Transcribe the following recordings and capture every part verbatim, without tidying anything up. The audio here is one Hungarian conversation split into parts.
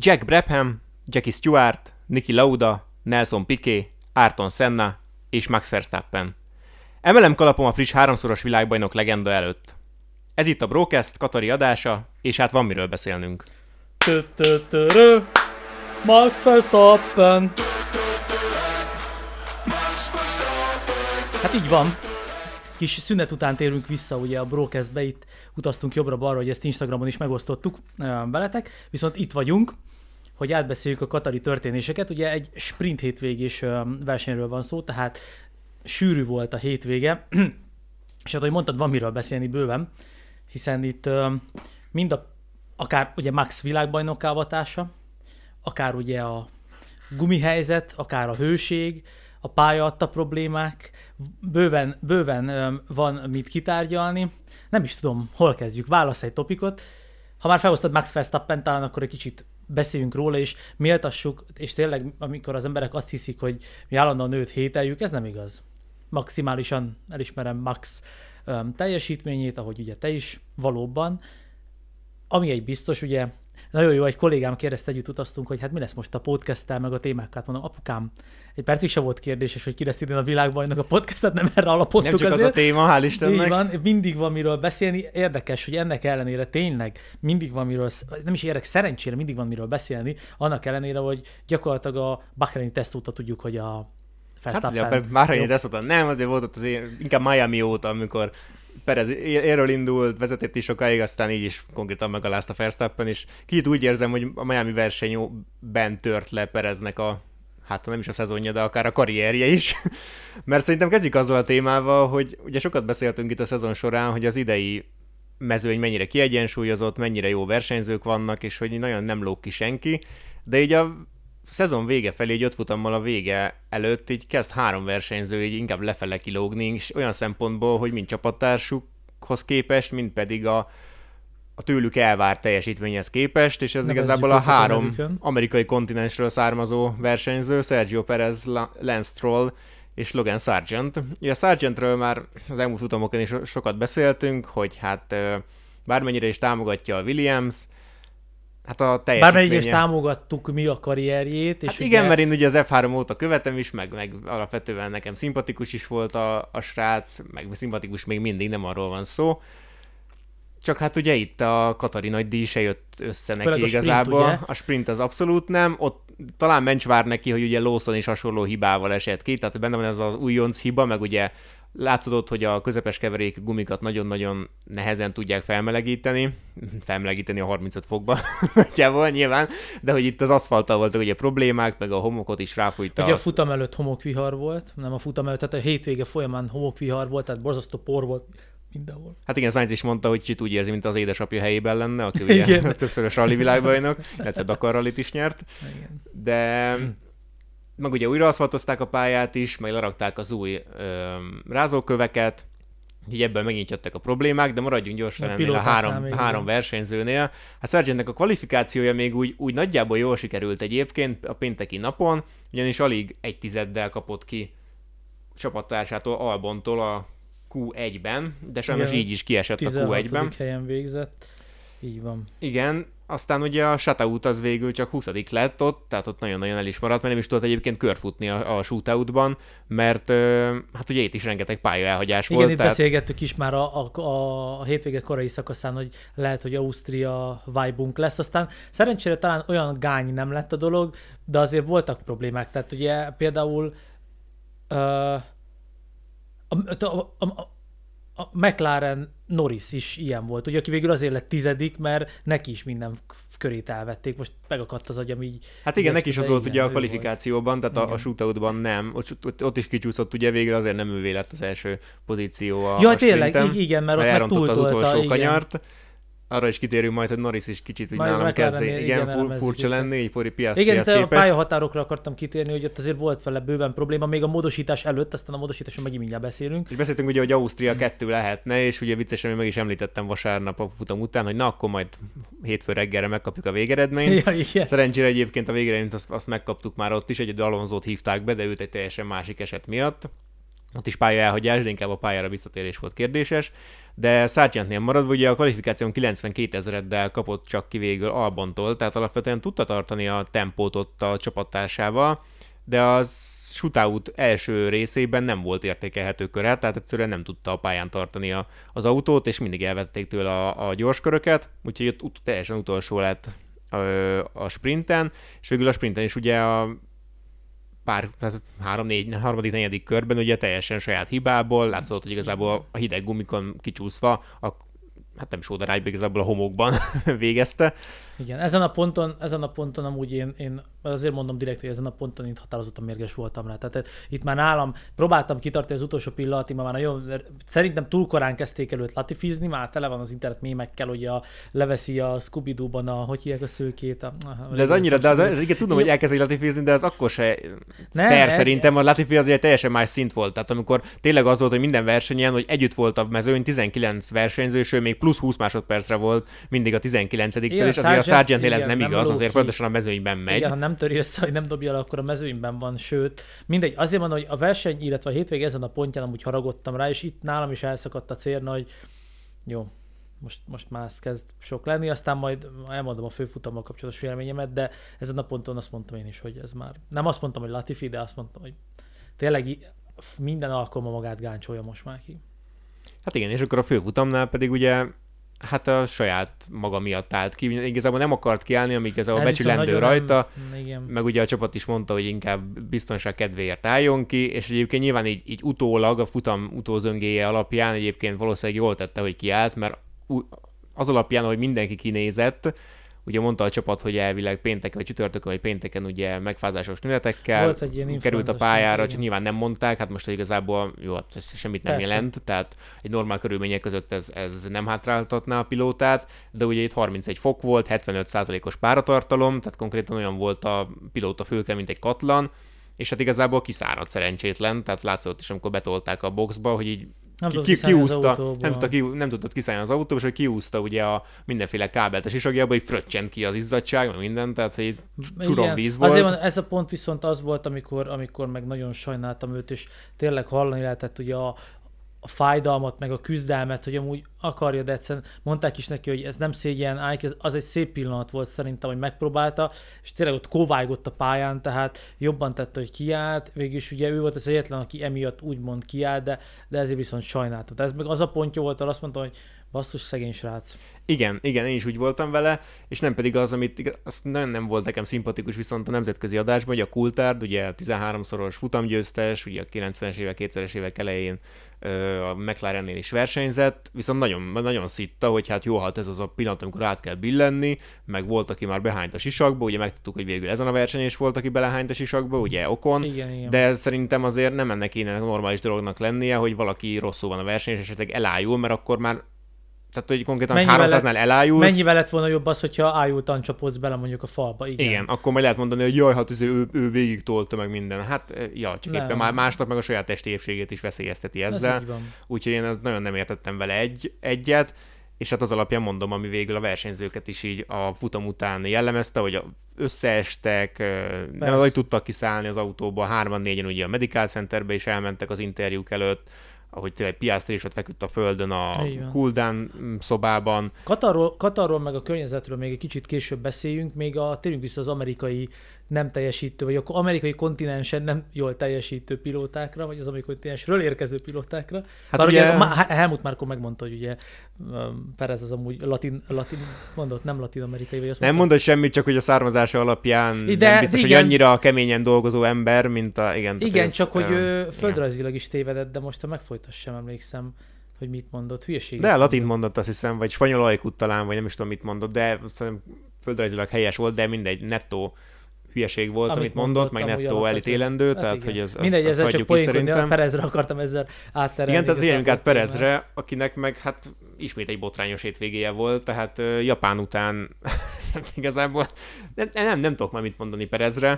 Jack Brabham, Jackie Stewart, Niki Lauda, Nelson Piquet, Ayrton Senna és Max Verstappen. Emelem kalapom a friss háromszoros világbajnok legenda előtt. Ez itt a Brocast katari adása, és hát van miről beszélnünk. Max Verstappen. Hát így van. Kis szünet után térünk vissza ugye a Brocastbe, itt utaztunk jobbra-balra, hogy ezt Instagramon is megosztottuk veletek, viszont itt vagyunk, hogy átbeszéljük a katari történéseket. Ugye egy sprint hétvégés versenyről van szó, tehát sűrű volt a hétvége, és hát, ahogy mondtad, van miről beszélni bőven, hiszen itt mind a, akár ugye Max világbajnokká avatása, akár ugye a gumihelyzet, akár a hőség, a pálya adta problémák, bőven, bőven van mit kitárgyalni. Nem is tudom, hol kezdjük, válasz egy topikot. Ha már felhoztad Max Verstappen, talán akkor egy kicsit beszéljünk róla, és méltassuk, és tényleg, amikor az emberek azt hiszik, hogy mi állandóan őt hételjük, ez nem igaz. Maximálisan elismerem Max um, teljesítményét, ahogy ugye te is valóban. Ami egy biztos, ugye, nagyon jó, egy kollégám kérdezte, együtt utaztunk, hogy hát mi lesz most a podcasttel, meg a témákkal. Mondom, apukám, egy percig sem volt kérdéses, hogy ki lesz idén a világbajnok, a podcastet nem erre alapoztuk azért. Nem csak azért. az a téma, hál' Istennek. Van, mindig van miről beszélni. Érdekes, hogy ennek ellenére tényleg mindig van miről, nem is érdekes, szerencsére mindig van miről beszélni, annak ellenére, hogy gyakorlatilag a Bahreini teszt óta tudjuk, hogy a Verstappen... Hát azért a Bahreini teszt óta nem, azért volt ott azért, inkább Miami óta, amikor Perez erről indult, vezetett is sokáig, aztán így is konkrétan megalázta Verstappen, és kicsit úgy érzem, hogy a Miami versenyben tört le Pereznek a, hát nem is a szezonja, de akár a karrierje is. Mert szerintem kezdjük azzal a témával, hogy ugye sokat beszéltünk itt a szezon során, hogy az idei mezőny mennyire kiegyensúlyozott, mennyire jó versenyzők vannak, és hogy nagyon nem lóg ki senki, de így a szezon vége felé, egy öt futammal a vége előtt így kezd három versenyző így inkább lefele kilógni, és olyan szempontból, hogy mind csapattársukhoz képest, mind pedig a, a tőlük elvárt teljesítményhez képest, és ez Nevezzük igazából a három nevükön. amerikai kontinensről származó versenyző, Sergio Perez, Lance Stroll és Logan Sargent. Ugye a Sargentről már az elmúlt futamokon is sokat beszéltünk, hogy hát bármennyire is támogatja a Williams, hát a teljesítménye... Bármennyire is támogattuk mi a karrierjét. És hát ugye... igen, mert én ugye az ef három óta követem is, meg, meg alapvetően nekem szimpatikus is volt a, a srác, meg szimpatikus még mindig, nem arról van szó. Csak hát ugye itt a katari nagy díj se jött össze neki a igazából. Sprint, a sprint az abszolút nem. Ott talán mencs vár neki, hogy ugye Lawson is hasonló hibával esett ki, tehát benne van ez az újonc hiba, meg ugye látszódott, hogy a közepes keverék gumikat nagyon-nagyon nehezen tudják felmelegíteni, felmelegíteni a harmincöt fokba, nagyjából nyilván, de hogy itt az aszfalttal voltak ugye problémák, meg a homokot is ráfújta. Ugye az... a futam előtt homokvihar volt, nem a futam előtt, tehát a hétvége folyamán homokvihar volt, tehát borzasztó por volt mindenhol. Hát igen, Sainz is mondta, hogy kicsit úgy érzi, mint az édesapja helyében lenne, aki ugye többszörös rally világbajnok, illetve Dakar rallyt is nyert, igen. de... meg ugye újra aszfaltozták a pályát is, meg lerakták az új ö, rázóköveket, így ebből megint jöttek a problémák, de maradjunk gyorsan ennél a három, három versenyzőnél. Hát Sargentnek a kvalifikációja még úgy, úgy nagyjából jól sikerült egyébként a pénteki napon, ugyanis alig egy tizeddel kapott ki csapattársától, Albontól a kú egyben, de sajnos igen, így is kiesett a kú egyben. tizenhatodik helyen végzett, így van. Igen, aztán ugye a shootout az végül csak huszadik lett ott, tehát ott nagyon-nagyon el is maradt, mert nem is tudott egyébként körfutni a, a shootoutban, mert ö, hát ugye itt is rengeteg pálya elhagyás igen, volt. itt tehát... beszélgettük is már a, a, a, a hétvége korai szakaszán, hogy lehet, hogy Ausztria vibe-unk lesz, aztán szerencsére talán olyan gány nem lett a dolog, de azért voltak problémák, tehát ugye például uh, a, a, a, a A McLaren Norris is ilyen volt, ugye, aki végül azért lett tizedik, mert neki is minden körét elvették, most megakadt az agyam így. Hát igen, neki is az volt ugye a kvalifikáció. kvalifikációban, tehát a, a shootoutban nem, ott, ott is kicsúszott ugye végül, azért nem ővé lett az első pozíció a, ja, a tényleg, sprinten, igen, mert, mert ott meg elrontott az utolsó igen. kanyart. Arra is kitérünk majd, hogy Norris is kicsit úgy Majd nálam kezd, igen, igen fur, furcsa igen. lenni, így Pori Igen, Piastrihez a képest. pályahatárokra akartam kitérni, hogy ott azért volt vele bőven probléma, még a módosítás előtt, aztán a módosításon megint mindjárt beszélünk. És beszéltünk ugye, hogy Ausztria kettő lehetne, és ugye viccesen én meg is említettem vasárnap a futam után, hogy na akkor majd hétfő reggelre megkapjuk a végeredményt. Ja, igen. Szerencsére egyébként a végeredményt azt, azt megkaptuk már ott is, egyedül Alonzót hívták be, de őt egy teljesen másik eset miatt. ott is pálya elhagyás, de inkább a pályára visszatérés volt kérdéses. De Sargentnél maradva, ugye a kvalifikáción kilencvenkétezereddel kapott csak ki végül Albontól, tehát alapvetően tudta tartani a tempót ott a csapattársával, de az shootout első részében nem volt értékelhető köre, tehát egyszerűen nem tudta a pályán tartani a, az autót, és mindig elvették tőle a, a gyorsköröket, úgyhogy ott ut- teljesen utolsó lett a, a sprinten, és végül a sprinten is ugye a pár, tehát három, négy, harmadik, negyedik körben ugye teljesen saját hibából, látszott, hogy igazából a hideg gumikon kicsúszva, a, hát nem is odarágyba, igazából a homokban végezte. Igen, ezen a ponton, ezen a ponton amúgy én, én azért mondom direkt, hogy ezen a ponton itt határozottan mérges voltam rá. Tehát itt már nálam próbáltam kitartani az utolsó pillanatig, már nagyon, szerintem túl korán kezdték előtt latifizni, már tele van az internet mémekkel, hogy a, leveszi a Scooby-Doo-ban a, hogy hívják a szőkét. A, de ez annyira, de az, az, igen, tudom, hogy elkezdik latifizni, de az akkor se nem, fair szerintem, a latifi az egy teljesen más szint volt. Tehát amikor tényleg az volt, hogy minden versenyen, hogy együtt volt a mezőny, tizenkilenc versenyző, és ő még plusz húsz másodpercre volt mindig a tizenkilencediktől, és azért a Sargentnél ez nem, nem igaz, azért pontosan a mezőnyben megy. Igen, ha nem töri össze, hogy nem dobja le, akkor a mezőnyben van, sőt, mindegy, azért mondom, hogy a verseny, illetve a hétvég ezen a pontján amúgy haragudtam rá, és itt nálam is elszakadt a cérna, hogy jó, most, most már ez kezd sok lenni, aztán majd elmondom a főfutammal kapcsolatos véleményemet, de ezen a ponton azt mondtam én is, hogy ez már, nem azt mondtam, hogy Latifi, de azt mondtam, hogy tényleg minden alkalommal magát gáncsolja most már ki. Hát igen, és akkor a főfutamnál pedig ugye hát a saját maga miatt állt ki. Igazából nem akart kiállni, amíg ez a becsülendő rajta, nem, meg ugye a csapat is mondta, hogy inkább biztonság kedvéért álljon ki, és egyébként nyilván így, így utólag a futam utózöngéje alapján egyébként valószínűleg jól tette, hogy kiállt, mert az alapján, hogy mindenki kinézett, ugye mondta a csapat, hogy elvileg pénteken vagy csütörtökön vagy pénteken ugye megfázásos tünetekkel került a pályára, csak nyilván nem mondták, hát most igazából jó, ez semmit nem Persze. jelent, tehát egy normál körülmények között ez, ez nem hátráltatná a pilótát, de ugye itt harmincegy fok volt, hetvenöt százalékos páratartalom, tehát konkrétan olyan volt a pilóta fülke, mint egy katlan, és hát igazából kiszáradt szerencsétlen, tehát látszott is, amikor betolták a boxba, hogy így Nem ki, tudott ki, kiúzta, nem, tudta, ki, nem tudott kiszállni az autóba, és hogy kiúzta ugye a mindenféle kábelt a sisakjába, hogy fröccsent ki az izzadság, meg minden, tehát hogy csurom víz volt. Azért van, ez a pont viszont az volt, amikor, amikor meg nagyon sajnáltam őt, és tényleg hallani lehetett ugye a, a fájdalmat, meg a küzdelmet, hogy amúgy akarja, de egyszerűen mondták is neki, hogy ez nem szégyen, az egy szép pillanat volt szerintem, hogy megpróbálta, és tényleg ott kóvájgott a pályán, tehát jobban tette, hogy kiállt, végülis ugye ő volt az egyetlen, aki emiatt úgymond kiállt, de, de ezért viszont sajnálta. De ez meg az a pontja volt, ahol azt mondtam, hogy basszus, szegény srác. Igen, igen, én is úgy voltam vele, és nem pedig az, amit az nem, nem volt nekem szimpatikus, viszont a nemzetközi adásban, hogy a Coulthard, ugye tizenháromszoros futamgyőztes, ugye a kilencvenes évek, kétszeres évek elején a McLarennél is versenyzett, viszont nagyon, nagyon szitta, hogy hát jó, hát ez az a pillanat, amikor át kell billenni, meg volt, aki már behányt a sisakba, ugye megtudtuk, hogy végül ezen a versenyen is volt, aki belehányt a sisakba, ugye Ocon, igen, igen. De szerintem azért nem ennek kéne normális dolognak lennie, hogy valaki rosszul van a versenyen, és esetleg elájul, mert akkor már tehát, hogy konkrétan háromszáznál elájulsz. Mennyivel lett volna jobb az, hogyha ájultan csapódsz bele mondjuk a falba? Igen, igen, akkor majd lehet mondani, hogy jaj, hát ez ő, ő végig tolta meg minden. Hát, ja, csak nem. Éppen már másnap meg a saját testi épségét is veszélyezteti ezzel. Úgyhogy én nagyon nem értettem vele egy, egyet, és hát az alapján mondom, ami végül a versenyzőket is így a futam után jellemezte, hogy összeestek, nem hogy tudtak kiszállni az autóba, hárman, négyen ugye a Medical Centerbe is elmentek az interjúk előtt, ahogy tényleg Piastri is ott feküdt a földön a cooldown szobában. Katarról, Katarról meg a környezetről még egy kicsit később beszéljünk, még a, térjünk vissza az amerikai nem teljesítő, vagy akkor amerikai kontinensen nem jól teljesítő pilótákra, vagy az amerikai kontinensről érkező pilótákra. Hát Bár ugye, ugye Helmut Márko megmondta, hogy ugye Perez az amúgy latin, latin mondott, nem latin-amerikai, vagy azt Nem mondott semmit, csak hogy a származása alapján de, nem biztos, igen, hogy annyira keményen dolgozó ember, mint a... Igen, igen csak hogy ő földrajzilag is tévedett, de most ha megfolytass sem emlékszem, hogy mit mondott, hülyeség. De latin mondott, azt hiszem, vagy spanyol ajkút talán, vagy nem is tudom, mit mondott, de földrajzilag helyes volt, de mindegy, nettó hülyeség volt, amit, amit mondott, meg nettó elítélendő, hát tehát igen. Hogy ez, mindegy, ezzel csak poénkodni, a Perezre akartam ezzel átterelni. Igen, tehát térjünk át Perezre, akinek meg hát ismét egy botrányos hétvégéje volt, tehát uh, Japán után igazából nem, nem, nem tudok már mit mondani Perezre.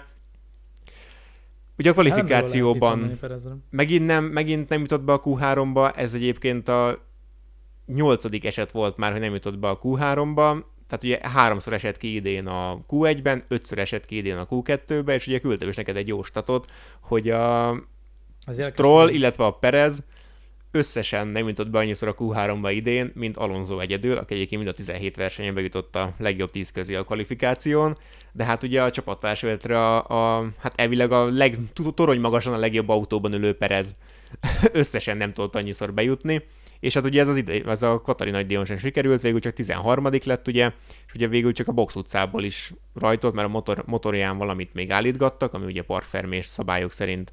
Ugye a kvalifikációban megint nem, megint nem jutott be a kú háromba, ez egyébként a nyolcadik eset volt már, hogy nem jutott be a kú háromba, tehát ugye háromszor esett ki idén a kú egyben, ötször esett ki idén a kú kettőben, és ugye küldtem is neked egy jó statot, hogy a Stroll, illetve a Perez összesen nem jutott be annyiszor a kú háromba idén, mint Alonso egyedül, aki egyébként mind a tizenhét versenyen bejutott a legjobb tíz közé a kvalifikáción, de hát ugye a csapattársületre a, a hát elvileg a leg, torony magasan a legjobb autóban ülő Perez összesen nem tudott annyiszor bejutni, és hát ugye ez az ide, ez a Katari nagydíjon sem sikerült, végül csak tizenharmadik lett, ugye, és ugye végül csak a box utcából is rajtolt, mert a motor, motorján valamit még állítgattak, ami ugye parkfermés szabályok szerint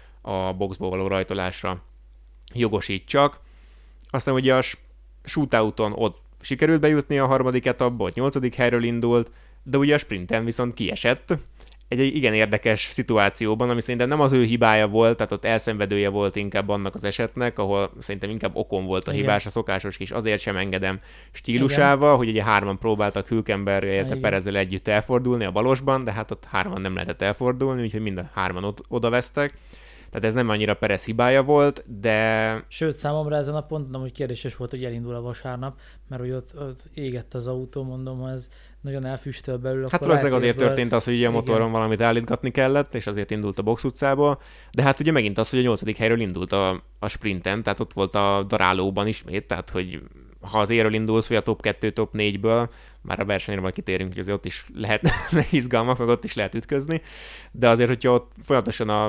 a boxból való rajtolásra jogosít csak. Aztán ugye a shootouton ott sikerült bejutni a harmadik etapba, ott nyolcadik helyről indult, de ugye a sprinten viszont kiesett. Egy, egy igen érdekes szituációban, ami szerintem nem az ő hibája volt, tehát ott elszenvedője volt inkább annak az esetnek, ahol szerintem inkább okon volt a igen. hibás, a szokásos kis azért sem engedem stílusával, igen. hogy ugye hárman próbáltak Hülkenberg, illetve Perezzel együtt elfordulni a balosban, de hát ott hárman nem lehetett elfordulni, úgyhogy mind a hárman ott odavesztek. Tehát ez nem annyira Perez hibája volt, de... Sőt, számomra ezen a ponton hogy kérdéses volt, hogy elindul a vasárnap, mert hogy ott, ott égett az autó, mondom, ha ez nagyon elfüstöl belül. Hát valószínűleg azért történt az, hogy ugye a motoron igen. valamit állítgatni kellett, és azért indult a box utcából, de hát ugye megint az, hogy a nyolcadik helyről indult a, a sprinten, tehát ott volt a darálóban ismét, tehát hogy ha az éről indulsz, vagy a top kettő, top négyből, már a versenyre majd kitérünk, hogy azért ott is lehet izgalmak, meg ott is lehet ütközni, de azért, hogyha ott folyamatosan a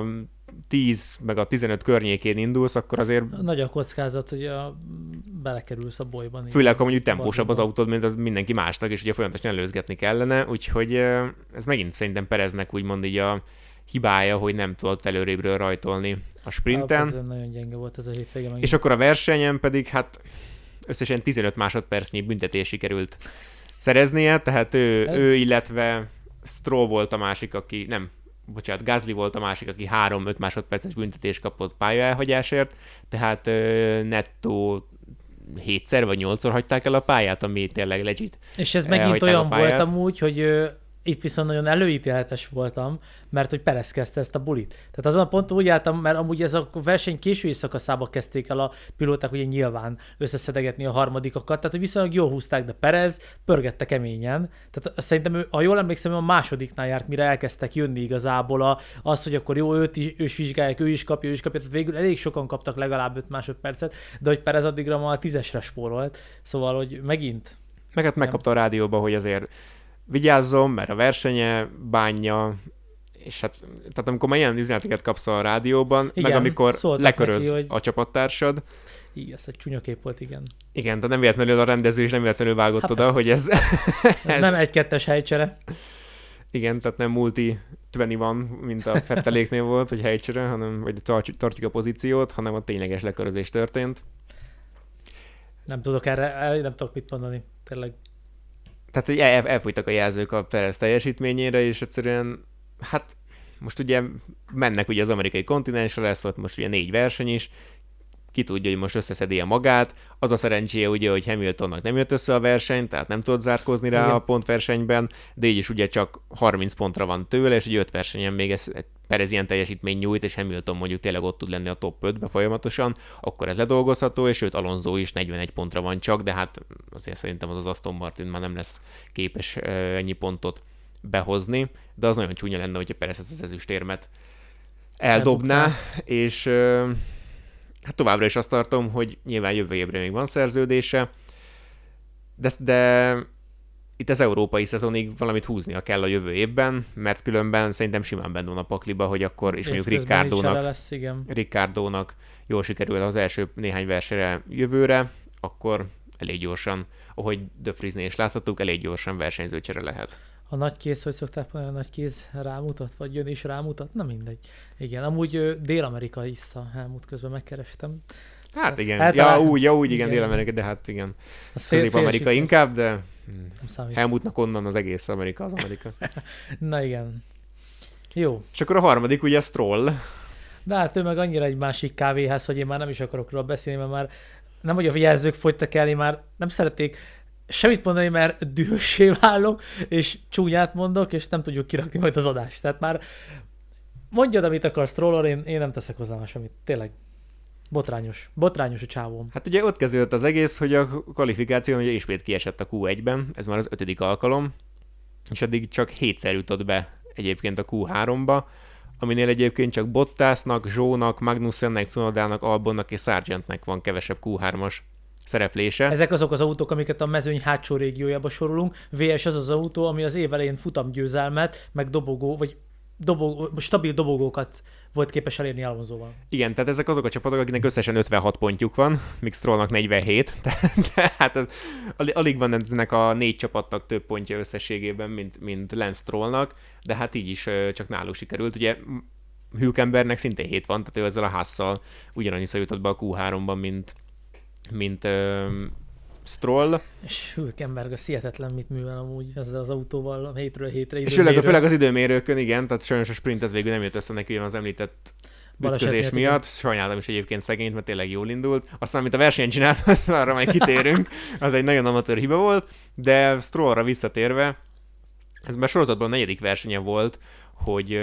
tíz meg a tizenöt környékén indulsz, akkor azért... Nagy a kockázat, hogy a... belekerülsz a bolyban. Főleg, ha mondjuk tempósabb az autód, mint az mindenki másnak, és ugye folyamatosan előzgetni kellene, úgyhogy ez megint szerintem Pereznek úgymond így a hibája, hogy nem tudott előrébről rajtolni a sprinten. Ah, nagyon gyenge volt ez a hétvége. És akkor a versenyen pedig hát összesen tizenöt másodpercnyi büntetés sikerült szereznie, tehát ő, ez... ő illetve Stroll volt a másik, aki nem, bocsánat, Gasly volt a másik, aki három-öt másodperces büntetést kapott pályaelhagyásért, tehát ö, nettó hétszer vagy nyolcszor hagyták el a pályát, ami tényleg legit. És ez megint olyan volt amúgy, hogy ö, itt viszont nagyon előítéletes voltam, mert hogy Perez kezdte ezt a bulit. Tehát azon a ponton úgy álltam, mert amúgy ez a verseny késői szakaszába kezdték el a pilóták ugye nyilván összeszedegetni a harmadikakat, tehát hogy viszonylag jól húzták, de Perez pörgette keményen. Tehát szerintem ő, ha jól emlékszem, ő a másodiknál járt, mire elkezdtek jönni igazából a, az, hogy akkor jó, őt is, ő is vizsgálják, ő is kapja, ő is kapja, tehát végül elég sokan kaptak legalább öt másodpercet, de hogy Perez addigra ma a tízesre spórolt. Szóval, hogy megint... Meg hát megkapta a rádióba, hogy azért vigyázzon, mert a versenye bánja, és hát, tehát amikor már ilyen üzeneteket kapsz a rádióban, igen, meg amikor leköröz neki, hogy... a csapattársad. Igen, ez egy csúnya kép volt, igen. Igen, de nem véletlenül a rendező is nem véletlenül vágott hát oda, hogy ez... ez, ez... nem egy-kettes helycsere. Igen, tehát nem multi húsz van, mint a Fetteléknél volt, hogy helycsere, hanem vagy tartjuk a pozíciót, hanem a tényleges lekörözés történt. Nem tudok erre, nem tudok mit mondani, tényleg. Tehát, hogy el, elfújtak a jelzők a Perez teljesítményére, és egyszerűen, hát most ugye mennek ugye az amerikai kontinensre, lesz ott most ugye négy verseny is, ki tudja, hogy most összeszedi a magát. Az a szerencséje ugye, hogy Hamiltonnak nem jött össze a verseny, tehát nem tudott zárkózni rá igen. a pontversenyben, de így is ugye csak harminc pontra van tőle, és ugye öt versenyen még ez, Perez ilyen teljesítmény nyújt, és Hamilton mondjuk tényleg ott tud lenni a top ötbe folyamatosan, akkor ez ledolgozható, és őt Alonso is negyvenegy pontra van csak, de hát azért szerintem az az Aston Martin már nem lesz képes ennyi pontot behozni, de az nagyon csúnya lenne, hogyha Perez az ezüstérmet eldobná, Elbukta. és hát továbbra is azt tartom, hogy nyilván jövő évre még van szerződése, de, de itt az európai szezonig valamit húznia kell a jövő évben, mert különben szerintem simán benne van a pakliba, hogy akkor is mondjuk Riccardónak, Riccardónak jól sikerül az első néhány versenyre jövőre, akkor elég gyorsan, ahogy De Vriesnél is láthattuk, elég gyorsan versenyzőcsere lehet. A nagy kéz, hogy szokták mondani, a nagy kéz rámutat, vagy jön és rámutat? Na mindegy. Igen, amúgy Dél-Amerika iszta Helmut, közben megkerestem. Hát igen, hát, ja, úgy, ja úgy, igen, igen. Dél-Amerika, de hát igen. Közép-Amerika inkább, de Helmutnak onnan az egész Amerika az Amerika. Na igen. Jó. És akkor a harmadik ugye Stroll. De hát ő meg annyira egy másik kávéház, hogy én már nem is akarok róla beszélni, mert már nem, hogy a jelzők fogytak el, én már nem szerették semmit mondani, mert dühössé válok, és csúnyát mondok, és nem tudjuk kirakni majd az adást. Tehát már mondjad, amit akarsz Strollról, én, én nem teszek hozzá már semmit. Tényleg. Botrányos. Botrányos a csávóm. Hát ugye ott kezdődött az egész, hogy a kvalifikáción ugye ismét kiesett a kú egyben, ez már az ötödik alkalom, és addig csak hétszer jutott be egyébként a kú háromba, aminél egyébként csak Bottasnak, Zsónak, Magnussennek, Cunodának, Albonnak és Sargentnek van kevesebb kú hármas szereplése. Ezek azok az autók, amiket a mezőny hátsó régiójába sorolunk. vé es az az autó, ami az év elején futamgyőzelmet, meg dobogó, vagy dobogó, stabil dobogókat volt képes elérni Alonsoval. Igen, tehát ezek azok a csapatok, akiknek összesen ötvenhat pontjuk van, míg Strollnak negyvenhét, tehát az, alig van ennek a négy csapatnak több pontja összességében, mint, mint Lance Strollnak, de hát így is csak náluk sikerült. Ugye Hülkenbergnek szintén hét van, tehát ő ezzel a Hasszal ugyanannyiszor jutott be a kú háromban, mint, mint um, Stroll. És Hülkenberg a hihetetlen mit művel amúgy ezzel az autóval a hétről hétre időmérő. És főleg, főleg az időmérőkön, igen, tehát sajnos a sprint ez végül nem jött össze neki az említett ütközés miatt. miatt. Sajnálom is egyébként szegényt, mert tényleg jól indult. Aztán, amit a versenyen csinált, azt arra majd kitérünk, az egy nagyon amatőr hiba volt, de Strollra visszatérve, ez már sorozatban a negyedik versenye volt, hogy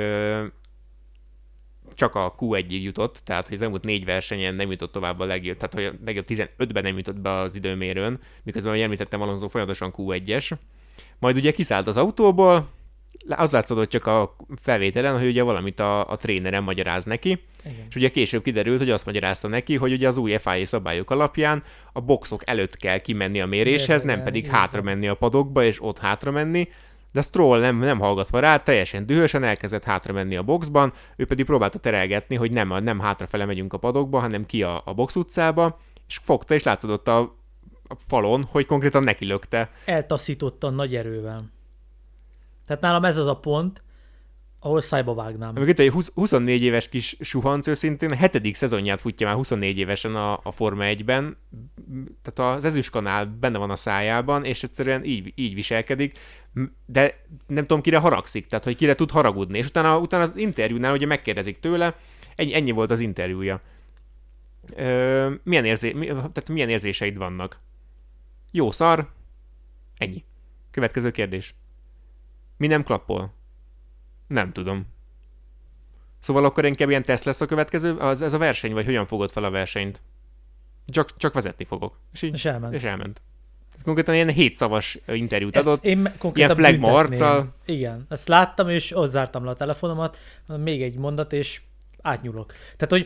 csak a kú egyig jutott, tehát hogy az elmúlt négy versenyen nem jutott tovább a legjobb, tehát hogy a legjobb tizenötben nem jutott be az időmérőn, miközben, ahogy említettem, Alonso folyamatosan kú egyes. Majd ugye kiszállt az autóból, az látszódott csak a felvételen, hogy ugye valamit a, a tréneren magyaráz neki, igen. És ugye később kiderült, hogy azt magyarázta neki, hogy ugye az új ef i á szabályok alapján a boxok előtt kell kimenni a méréshez, igen, nem pedig igen. hátra menni a padokba, és ott hátra menni. De Stroll nem, nem hallgatva rá, teljesen dühösen elkezdett hátra menni a boxban, ő pedig próbálta terelgetni, hogy nem, nem hátrafele megyünk a padokba, hanem ki a, a box utcába, és fogta, és látszódott a, a falon, hogy konkrétan neki lökte. Eltaszította nagy erővel. Tehát nálam ez az a pont, ahol szájba vágnám. Amikor itt egy huszonnégy éves kis suhanc, őszintén a hetedik szezonját futja már huszonnégy évesen a, a Forma egyben, tehát az ezüstkanál benne van a szájában, és egyszerűen így, így viselkedik, de nem tudom, kire haragszik, tehát hogy kire tud haragudni. És utána, utána az interjúnál ugye megkérdezik tőle, ennyi, ennyi volt az interjúja. Ö, milyen, érzé, mi, tehát milyen érzéseid vannak? Jó szar? Ennyi. Következő kérdés. Mi nem klappol? Nem tudom. Szóval akkor inkább ilyen teszt lesz a következő, az, ez a verseny, vagy hogyan fogod fel a versenyt? Csak, csak vezetni fogok. És, így, és elment. És elment. Konkrétan ilyen hétszavas interjút ezt adott, én ilyen flagma arccal. Igen, ezt láttam, és ott zártam le a telefonomat, még egy mondat, és átnyúlok. Tehát, hogy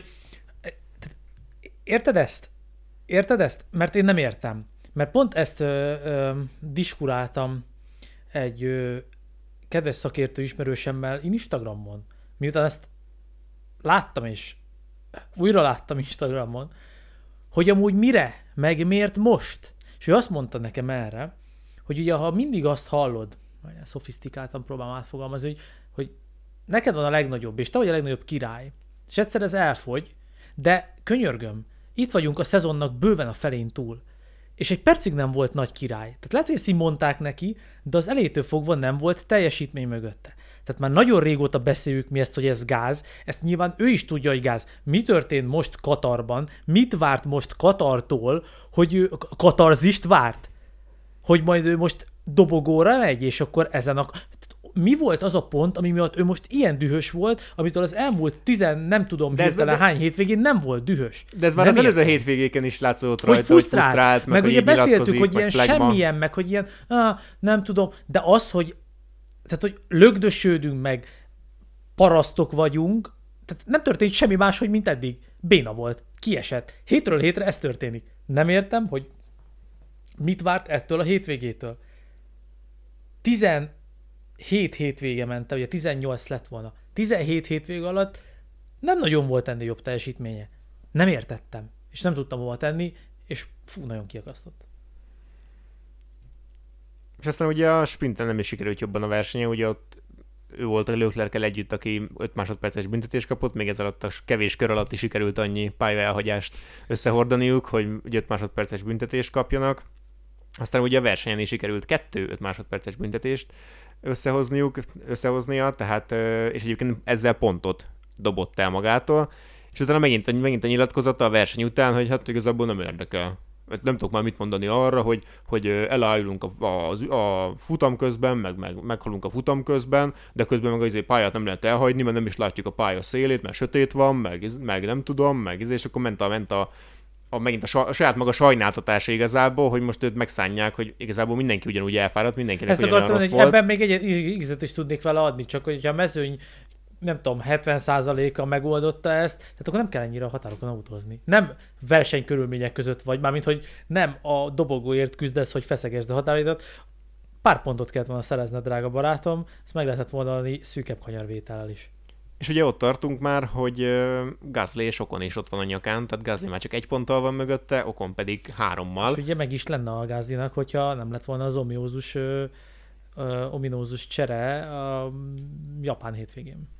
érted ezt? Érted ezt? Mert én nem értem. Mert pont ezt ö, ö, diskuráltam egy ö, kedves szakértő ismerősemmel Instagramon, miután ezt láttam, és újra láttam Instagramon, hogy amúgy mire, meg miért most. És ő azt mondta nekem erre, hogy ugye ha mindig azt hallod, szofisztikáltan próbálom átfogalmazni, hogy, hogy neked van a legnagyobb, és te vagy a legnagyobb király, és egyszer ez elfogy, de könyörgöm, itt vagyunk a szezonnak bőven a felén túl, és egy percig nem volt nagy király. Tehát lehet, hogy ezt így mondták neki, de az elétől fogva nem volt teljesítmény mögötte. Tehát már nagyon régóta beszéljük mi ezt, hogy ez gáz, ezt nyilván ő is tudja, hogy gáz. Mi történt most Katarban? Mit várt most Katartól, hogy ő katarzist várt? Hogy majd ő most dobogóra megy, és akkor ezen a... Mi volt az a pont, ami miatt ő most ilyen dühös volt, amitől az elmúlt tizen, nem tudom, hirtelen hány hétvégén nem volt dühös. De ez már nem az előző hétvégéken is látszott rajta, hogy fusztrált, hogy fusztrált, meg, meg hogy ugye beszéltük, hogy meg ilyen flagma. semmilyen, meg hogy ilyen, ah, nem tudom, de az, hogy tehát, hogy lögdösödünk meg, parasztok vagyunk, tehát nem történt semmi más, hogy mint eddig. Béna volt, kiesett. Hétről hétre ez történik. Nem értem, hogy mit várt ettől a hétvégétől. tizenhét hétvége ment, ugye tizennyolc lett volna. tizenhét hétvége alatt nem nagyon volt ennél jobb teljesítménye. Nem értettem, és nem tudtam hova tenni, és fú, nagyon kiakasztott. És aztán ugye a sprinten nem is sikerült jobban a versenye, ugye ott ő volt a Leclerc-kel együtt, aki öt másodperces büntetést kapott, még ez alatt a kevés kör alatt is sikerült annyi pályaelhagyást összehordaniuk, hogy öt másodperces büntetést kapjanak. Aztán ugye a versenyen is sikerült kettő öt másodperces büntetést összehozniuk, összehoznia, tehát, és egyébként ezzel pontot dobott el magától, és utána megint, megint a nyilatkozata a verseny után, hogy hát igazából nem érdekel. Nem tudok már mit mondani arra, hogy, hogy elállulunk a, a, a futam közben, meg, meg meghalunk a futam közben, de közben meg az pályát nem lehet elhagyni, mert nem is látjuk a pálya szélét, mert sötét van, meg, meg nem tudom, meg és akkor ment a, ment a, a megint a, a saját maga sajnáltatása igazából, hogy most őt megszánják, hogy igazából mindenki ugyanúgy elfáradt, mindenkinek ugyanolyan rossz hogy volt. Ebben még egy ízet is tudnék vele adni, csak hogy a mezőny nem tudom, hetven százaléka megoldotta ezt, tehát akkor nem kell ennyire a határokon autózni. Nem versenykörülmények között vagy, mármint, hogy nem a dobogóért küzdesz, hogy feszegesd a határidat. Pár pontot kellett volna szerezned, drága barátom, ezt meg lehetett volna adni szűkebb kanyarvétellel is. És ugye ott tartunk már, hogy uh, Gasly és Ocon is ott van a nyakán, tehát Gasly már csak egy ponttal van mögötte, Ocon pedig hárommal. És ugye meg is lenne a Gaslynak, hogyha nem lett volna az ominózus, ö, ö, ominózus csere a japán hétvégén.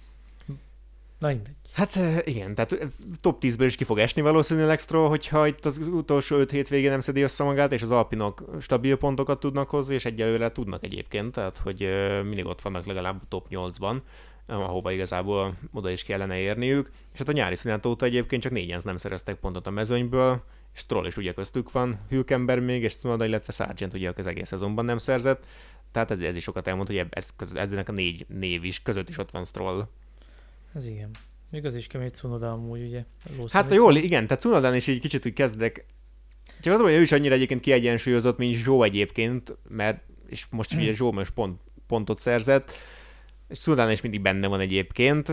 Na mindegy. Hát igen, tehát top tízből is ki fog esni valószínűleg Stroll, hogyha itt az utolsó öt hétvégén nem szedi össze magát, és az Alpinok stabil pontokat tudnak hozni, és egyelőre tudnak egyébként, tehát hogy mindig ott vannak legalább top nyolcban, ahova igazából oda is kellene érniük. És hát a nyári szünet óta egyébként csak négyen nem szereztek pontot a mezőnyből, és Stroll is ugye köztük van, Hülkenberg még, és Tsunoda, illetve Sargent ugye az egész szezonban nem szerzett, tehát ez, ez is sokat elmond, hogy ez, ezzenek a négy név is között is ott van Stroll. Ez igen. Még az is kemény Tsunoda amúgy, ugye? Hát jól, igen, tehát Cunodán is így kicsit úgy kezdek. Csak az, hogy ő is annyira egyébként kiegyensúlyozott, mint Zsó egyébként, mert és most ugye Zsó most pont, pontot szerzett, és Cunodán is mindig benne van egyébként.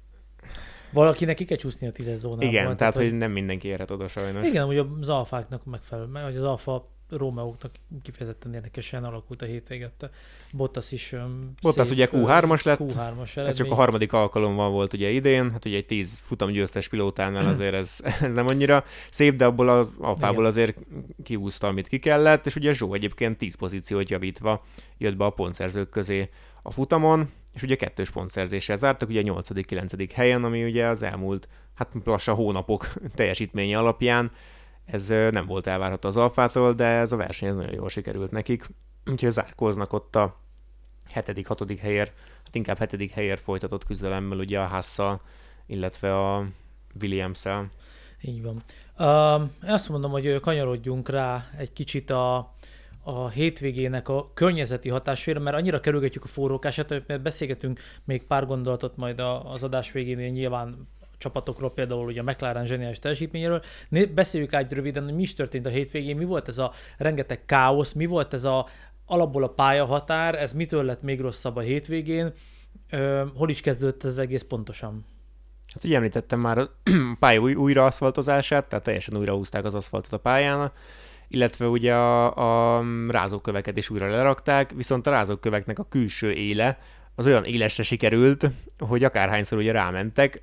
Valakinek ki kell csúszni a tízes zónában. Igen, tehát, tehát hogy nem mindenki érhet oda sajnos. Igen, ugye az alfáknak megfelelő, vagy az alfa Rómeóknak kifejezetten érdekesen alakult a hétvégette. Bottas is um, Bottas szép, ugye kú hármas lett, kú hármas ez csak a harmadik alkalommal volt ugye idén, hát ugye egy tíz futamgyőztes pilótánál azért ez, ez nem annyira szép, de abból az alfából azért kihúzta, amit ki kellett, és ugye Zsó egyébként tíz pozíciót javítva jött be a pontszerzők közé a futamon, és ugye kettős pontszerzéssel zártak, ugye nyolcadik-kilencedik helyen, ami ugye az elmúlt, hát lassan hónapok teljesítménye alapján ez nem volt elvárható az Alfától, de ez a verseny ez nagyon jól sikerült nekik. Úgyhogy zárkóznak ott a hetedik, hatodik helyért, hát inkább hetedik helyért folytatott küzdelemmel ugye a Haas-szal, illetve a Williams-szel. Így van. Uh, azt mondom, hogy kanyarodjunk rá egy kicsit a, a hétvégének a környezeti hatásfére, mert annyira kerülgetjük a forrókását, mert beszélgetünk még pár gondolatot majd az adás végén, nyilván csapatokról, például ugye a McLaren zseniális teljesítményéről. Beszéljük át röviden, hogy mi is történt a hétvégén, mi volt ez a rengeteg káosz, mi volt ez a alapból a pályahatár, ez mitől lett még rosszabb a hétvégén, Ö, hol is kezdődött ez egész pontosan? Hát ugye említettem már a pálya új, újra aszfaltozását, tehát teljesen újra húzták az aszfaltot a pályán, illetve ugye a, a rázóköveket is újra lerakták, viszont a rázóköveknek a külső éle az olyan élesre sikerült, hogy akárhányszor ugye rámentek,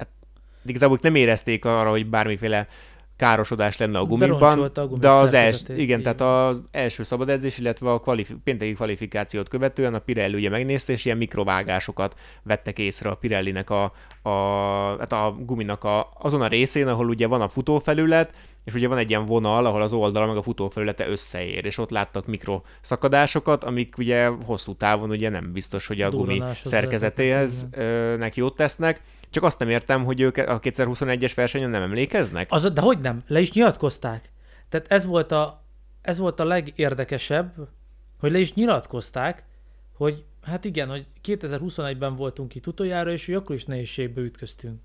igazából nem érezték arra, hogy bármiféle károsodás lenne a gumiban, de, a de az els, igen, tehát az első szabad edzés, illetve a kvalifi- pénteki kvalifikációt követően a Pirelli ugye megnézte, és ilyen mikrovágásokat vettek észre a Pirellinek a, a, hát a guminak a, azon a részén, ahol ugye van a futófelület, és ugye van egy ilyen vonal, ahol az oldala meg a futófelülete összeér, és ott láttak mikroszakadásokat, amik ugye hosszú távon ugye nem biztos, hogy a gumi szerkezetéhez neki jót tesznek. Csak azt nem értem, hogy ők a kétezer-huszonegyes versenyen nem emlékeznek. Az, de hogy nem? Le is nyilatkozták. Tehát ez volt, a, ez volt a legérdekesebb, hogy le is nyilatkozták, hogy hát igen, hogy kétezer-huszonegyben voltunk itt utoljára, és hogy akkor is nehézségbe ütköztünk.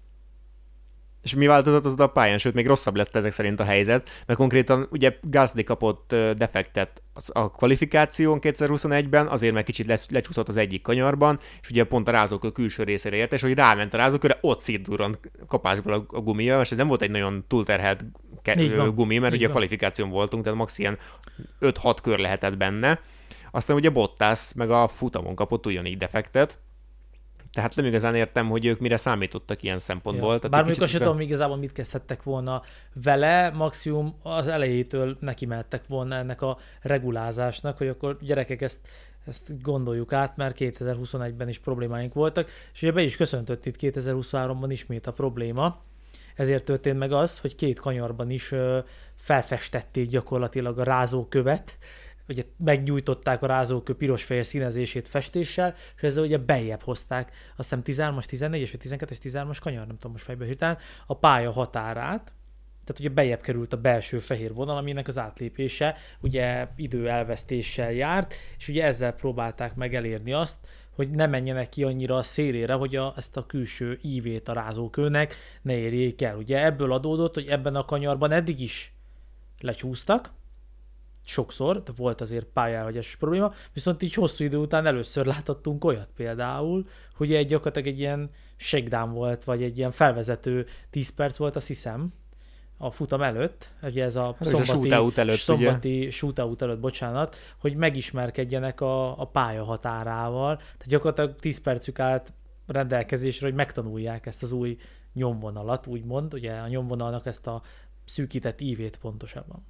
És mi változott az a pályán? Sőt, még rosszabb lett ezek szerint a helyzet, mert konkrétan ugye Gasly kapott defektet a kvalifikáción kétezer-huszonegyben, azért meg kicsit lecsúszott az egyik kanyarban, és ugye pont a rázókő külső részére ért, és hogy ráment a rázókőre, ott szétdurrant kapásból a, a gumia, és ez nem volt egy nagyon túlterhelt ke- gumi, mert ugye a kvalifikáción voltunk, tehát max. Ilyen öt-hat kör lehetett benne. Aztán ugye Bottas meg a futamon kapott ugyanígy defektet. Tehát nem igazán értem, hogy ők mire számítottak ilyen szempontból. Ja, bár mondjuk azt sem tudom igazából mit kezdhettek volna vele, maximum az elejétől neki mehettek volna ennek a regulázásnak, hogy akkor gyerekek ezt, ezt gondoljuk át, mert kétezer-huszonegyben is problémáink voltak, és ugye be is köszöntött itt kétezer-huszonháromban ismét a probléma. Ezért történt meg az, hogy két kanyarban is ö, felfestették gyakorlatilag a rázókövet, ugye meggyújtották a rázókő piros-fehér színezését festéssel, és ezzel ugye beljebb hozták, azt hiszem tizenhármas, tizennégyes vagy tizenkettes, tizenhármas kanyar, nem tudom most fejből hirtelen, a pálya határát, tehát ugye beljebb került a belső fehér vonal, aminek az átlépése ugye időelvesztéssel járt, és ugye ezzel próbálták meg elérni azt, hogy ne menjenek ki annyira a szélére, hogy a, ezt a külső ívét a rázókőnek ne érjék el. Ugye ebből adódott, hogy ebben a kanyarban eddig is lecsúsztak, sokszor, de volt azért pályáhagyásos probléma, viszont így hosszú idő után először láthattunk olyat például, hogy egy gyakorlatilag egy ilyen shakedown volt, vagy egy ilyen felvezető tíz perc volt, azt hiszem, a futam előtt, ugye ez a szombati, a shootout előtt, szombati shootout előtt, bocsánat, hogy megismerkedjenek a, a pálya határával, tehát gyakorlatilag tíz percük állt rendelkezésre, hogy megtanulják ezt az új nyomvonalat, úgymond, ugye a nyomvonalnak ezt a szűkített ívét pontosabban.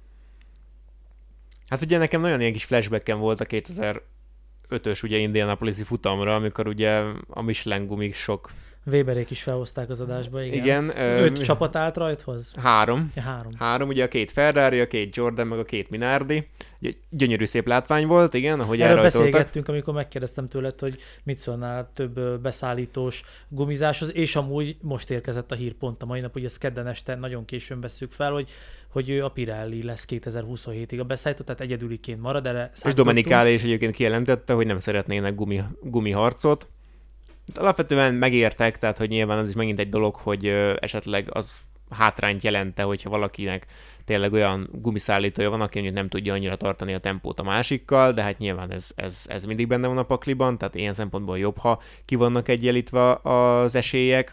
Hát ugye nekem nagyon ilyen kis flashbacken volt a kétezer-ötös ugye Indianapolis-i futamra, amikor ugye a Michelin gumik sok... Weberék is felhozták az adásba, igen. Igen. Öt ö... csapat állt rajthoz? Három. Ja, három. Három, ugye a két Ferrari, a két Jordan, meg a két Minardi. Gyönyörű szép látvány volt, igen, ahogy erről elrajtoltak. beszélgettünk, amikor megkérdeztem tőled, hogy mit szólnál több beszállítós gumizáshoz, és amúgy most érkezett a hír pont a mai nap, hogy ezt kedden este nagyon későn vesszük fel, hogy, hogy a Pirelli lesz kétezer-huszonhétig a beszállító, tehát egyedüliként marad, erre és Domenicali is egyébként kijelentette, hogy nem szeretnének gumi, gumiharcot. Alapvetően megértek, tehát hogy nyilván az is megint egy dolog, hogy ö, esetleg az hátrányt jelente, hogyha valakinek tényleg olyan gumiszállítója van, aki nem tudja annyira tartani a tempót a másikkal, de hát nyilván ez, ez, ez mindig benne van a pakliban, tehát ilyen szempontból jobb, ha ki vannak egyenlítve az esélyek.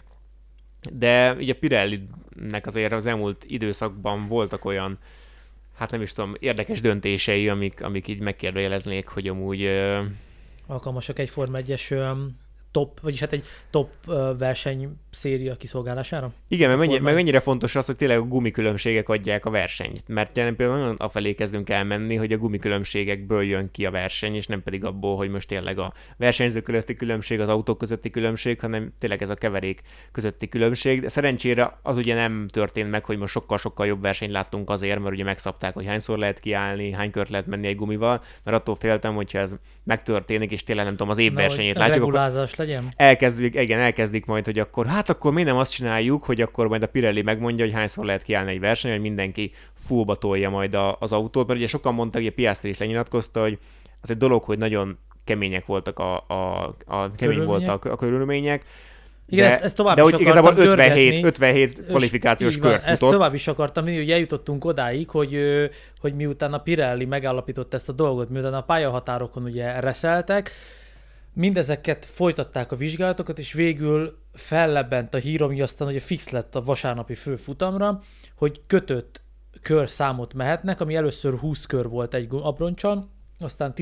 De ugye Pirellinek azért az elmúlt időszakban voltak olyan, hát nem is tudom, érdekes döntései, amik, amik így megkérdőjeleznék, hogy amúgy... Ö... alkalmasak egy Forma egyes top, vagyis hát egy top verseny széria kiszolgálására? Igen, mert mennyi, meg mennyire fontos az, hogy tényleg a gumikülönbségek adják a versenyt. Mert jelen például nagyon afelé kezdünk elmenni, hogy a gumikülönbségekből jön ki a verseny, és nem pedig abból, hogy most tényleg a versenyzők közötti különbség, az autók közötti különbség, hanem tényleg ez a keverék közötti különbség. De szerencsére az ugye nem történt meg, hogy most sokkal-sokkal jobb versenyt láttunk azért, mert ugye megszabták, hogy hányszor lehet kiállni, hány kört lehet menni egy gumival, mert attól féltem, hogyha ez megtörténik, és tényleg nem tudom, az évversenyét látjuk. Legyen. Elkezdik, igen, elkezdik majd, hogy akkor, hát akkor mi nem azt csináljuk, hogy akkor majd a Pirelli megmondja, hogy hányszor lehet kiállni egy verseny, hogy mindenki fullba tolja majd a, az autót, mert ugye sokan mondták, hogy a Piastri is lenyilatkozta, hogy az egy dolog, hogy nagyon kemények voltak a, a, a kemény voltak a körülmények. Igen, de, ezt, ezt tovább de is hogy igazából ötvenhét, ötvenhét kvalifikációs kört futott. Ezt tovább is akartam, hogy eljutottunk odáig, hogy, hogy miután a Pirelli megállapított ezt a dolgot, miután a pályahatárokon ugye reszeltek, mindezeket folytatták a vizsgálatokat, és végül fellebbent a hír, ami aztán ugye fix lett a vasárnapi főfutamra, hogy kötött körszámot mehetnek, ami először húsz kör volt egy abroncsal, aztán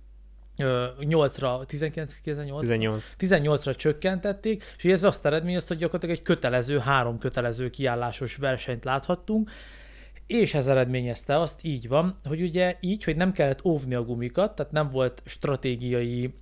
tizennyolcra, tizenkilenc, tizennyolc, tizennyolcra csökkentették, és ez azt eredményezte, hogy gyakorlatilag egy kötelező, három kötelező kiállásos versenyt láthattunk, és ez eredményezte azt, így van, hogy ugye így, hogy nem kellett óvni a gumikat, tehát nem volt stratégiai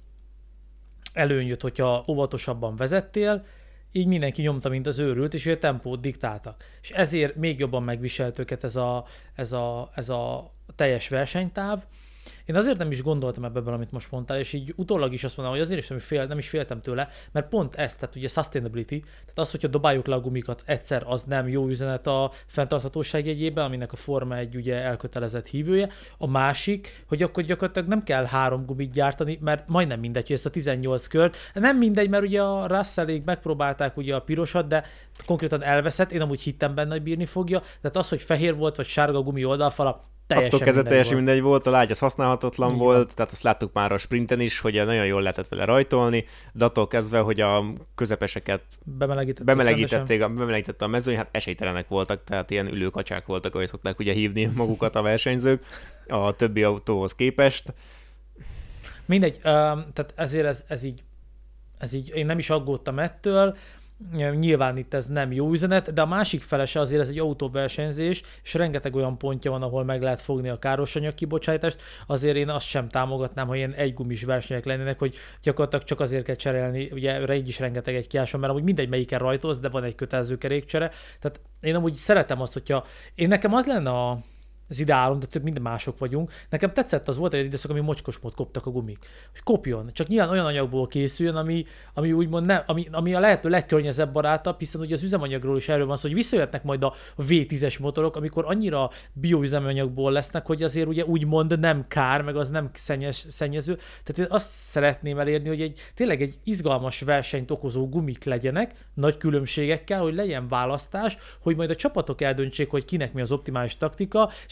előny jött, hogyha óvatosabban vezettél, így mindenki nyomta, mint az őrült, és a tempót diktáltak. És ezért még jobban megviselt őket ez a, ez a, ez a teljes versenytáv. Én azért nem is gondoltam ebből, amit most mondtál, és így utólag is azt mondom, hogy azért is nem, fél, nem is féltem tőle, mert pont ez, tehát ugye sustainability, tehát az, hogyha dobáljuk le a gumikat egyszer, az nem jó üzenet a fenntarthatóság jegyében, aminek a Forma egy ugye elkötelezett hívője. A másik, hogy akkor gyakorlatilag nem kell három gumit gyártani, mert majdnem mindegy, hogy ezt a tizennyolc kört. Nem mindegy, mert ugye a Russellék megpróbálták ugye a pirosat, de konkrétan elveszett, én amúgy hittem benne, hogy bírni fogja. Tehát az, hogy fehér volt, vagy sárga gumi oldalfala, attól kezdve teljesen volt. mindegy volt, a lágy az használhatatlan Igen. volt, tehát azt láttuk már a sprinten is, hogy nagyon jól lehetett vele rajtolni, de attól kezdve, hogy a közepeseket bemelegítették, bemelegítették, bemelegítette a mezőny, hát esélytelenek voltak, tehát ilyen ülőkacsák voltak, ahogy szokták ugye hívni magukat a versenyzők a többi autóhoz képest. Mindegy, uh, tehát ezért ez, ez, így, ez így, én nem is aggódtam ettől, nyilván itt ez nem jó üzenet, de a másik felese azért ez egy autóversenyzés, és rengeteg olyan pontja van, ahol meg lehet fogni a károsanyag kibocsátást, azért én azt sem támogatnám, hogy ilyen egygumis versenyek lennének, hogy gyakorlatilag csak azért kell cserélni, ugye így is rengeteg egy kiáson, mert amúgy mindegy melyiken rajtolsz, de van egy kötelező kerékcsere, tehát én amúgy szeretem azt, hogyha én nekem az lenne a az ideálom, de több minden mások vagyunk. Nekem tetszett, az volt egy időszak, ami mocskos mód koptak a gumik. Hogy kopjon, csak nyilván olyan anyagból készüljön, ami, ami úgymond nem, ami, ami a lehető legkörnyezebb barátabb, hiszen ugye az üzemanyagról is erről van szó, hogy visszajöhetnek majd a vé tízes motorok, amikor annyira bioüzemanyagból lesznek, hogy azért ugye úgymond nem kár, meg az nem szennyes, szennyező. Tehát én azt szeretném elérni, hogy egy tényleg egy izgalmas versenyt okozó gumik legyenek, nagy különbségekkel, hogy legyen választás, hogy majd a csapatok eldöntsék, hogy kinek mi az optimális taktika, és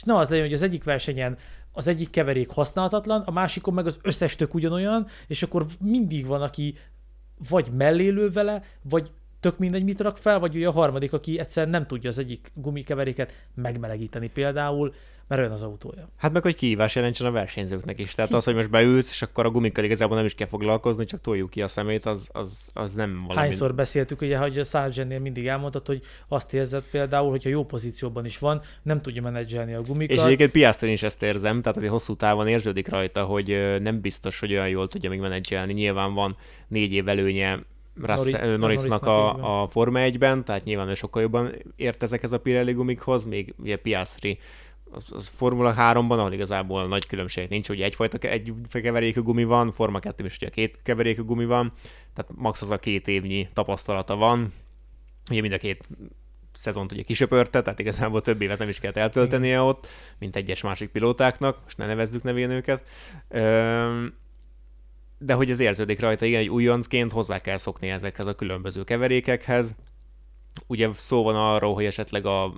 ne az legyen, hogy az egyik versenyen az egyik keverék használhatatlan, a másikon meg az összes tök ugyanolyan, és akkor mindig van, aki vagy mellélő vele, vagy tök mindegy, mit rak fel, vagy ugye a harmadik, aki egyszerűen nem tudja az egyik gumikeveréket megmelegíteni például, mert olyan az autója. Hát meg, hogy kihívás jelentsen a versenyzőknek is. Tehát az, hogy most beülsz, és akkor a gumikkal igazából nem is kell foglalkozni, csak toljuk ki a szemét, az, az, az nem valami. Hányszor beszéltük, ugye, hogy a Sargentnél mindig elmondtad, hogy azt érzed például, hogyha jó pozícióban is van, nem tudja menedzselni a gumikat. És egyébként Piastrin is ezt érzem, tehát azért hosszú távon érződik rajta, hogy nem biztos, hogy olyan jól tudja még menedzselni. Nyilván van négy év előnye Russell, Norrisnak a, a Forma egyben, tehát nyilván ő sokkal jobban ért ezekhez a Pirelli gumikhoz, még ugye Piastri az, az Formula háromban, ahol igazából nagy különbség nincs, ugye egyfajta egy keverékű gumi van, Forma kettőben is ugye két keverékű gumi van, tehát max az a két évnyi tapasztalata van, ugye mind a két szezont ugye kisöpörte, tehát igazából több évet nem is kellett eltöltenie ott, mint egyes másik pilótáknak, most ne nevezzük nevén őket. Üm, de hogy ez érződik rajta, igen, egy újoncként hozzá kell szokni ezekhez a különböző keverékekhez. Ugye szó van arról, hogy esetleg a,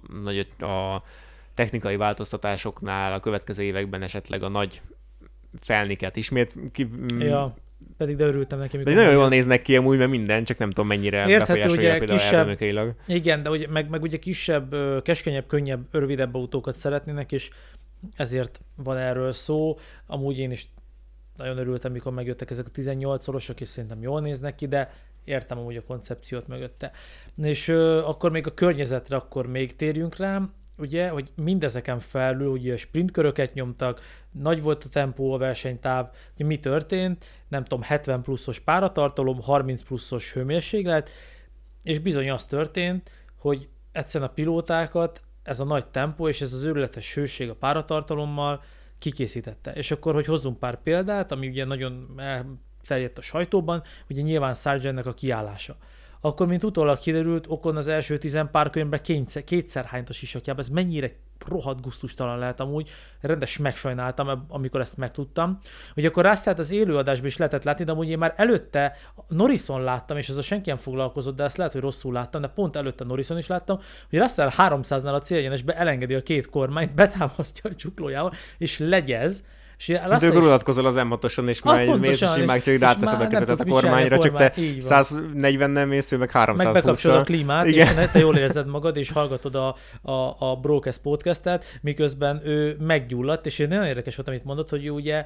a technikai változtatásoknál a következő években esetleg a nagy felniket ismét ki... Ja, pedig de örültem neki. De nagyon jól néznek ki amúgy, mert minden, csak nem tudom mennyire befolyásolja például aerodinamikailag. Igen, de ugye, meg, meg ugye kisebb, keskenyebb, könnyebb, rövidebb autókat szeretnének, és ezért van erről szó. Amúgy én is nagyon örültem, mikor megjöttek ezek a tizennyolc-szorosok, és szerintem jól néznek ki, de értem amúgy a koncepciót mögötte. És ö, akkor még a környezetre akkor még térjünk rá, ugye, hogy mindezeken felül ugye sprintköröket nyomtak, nagy volt a tempó, a versenytáv, ugye mi történt, nem tudom, hetven pluszos páratartalom, harminc pluszos hőmérséklet, és bizony az történt, hogy egyszerűen a pilótákat ez a nagy tempó és ez az őrületes hőség a páratartalommal kikészítette. És akkor, hogy hozzunk pár példát, ami ugye nagyon elterjedt a sajtóban, ugye nyilván Sargentnek a kiállása. Akkor, mint utólag kiderült, Ocon az első tizen pár könyvben kétszer, kétszer hányt a sisakjába. Ez mennyire rohadt gusztustalan lehet amúgy. Rendes megsajnáltam, amikor ezt megtudtam. Ugye akkor Russellt az élőadásban is lehetett látni, de amúgy én már előtte Norrison láttam, és ezzel senki nem foglalkozott, de ezt lehet, hogy rosszul láttam, de pont előtte Norrison is láttam, hogy Russell háromszáznál a célegyenesbe elengedi a két kormányt, betámasztja a csuklójával, és legyez. De akkor unatkozol az em hatoson, és már mész, és már csak ráteszed a kezetet a kormányra, a kormány, csak te száznegyven nem mész, ő meg háromszázhúsz. Meg bekapcsolod a klímát, igen. És te jól érzed magad, és hallgatod a, a, a Brocast podcastet, miközben ő meggyulladt, és nagyon érdekes volt, amit mondott, hogy ő ugye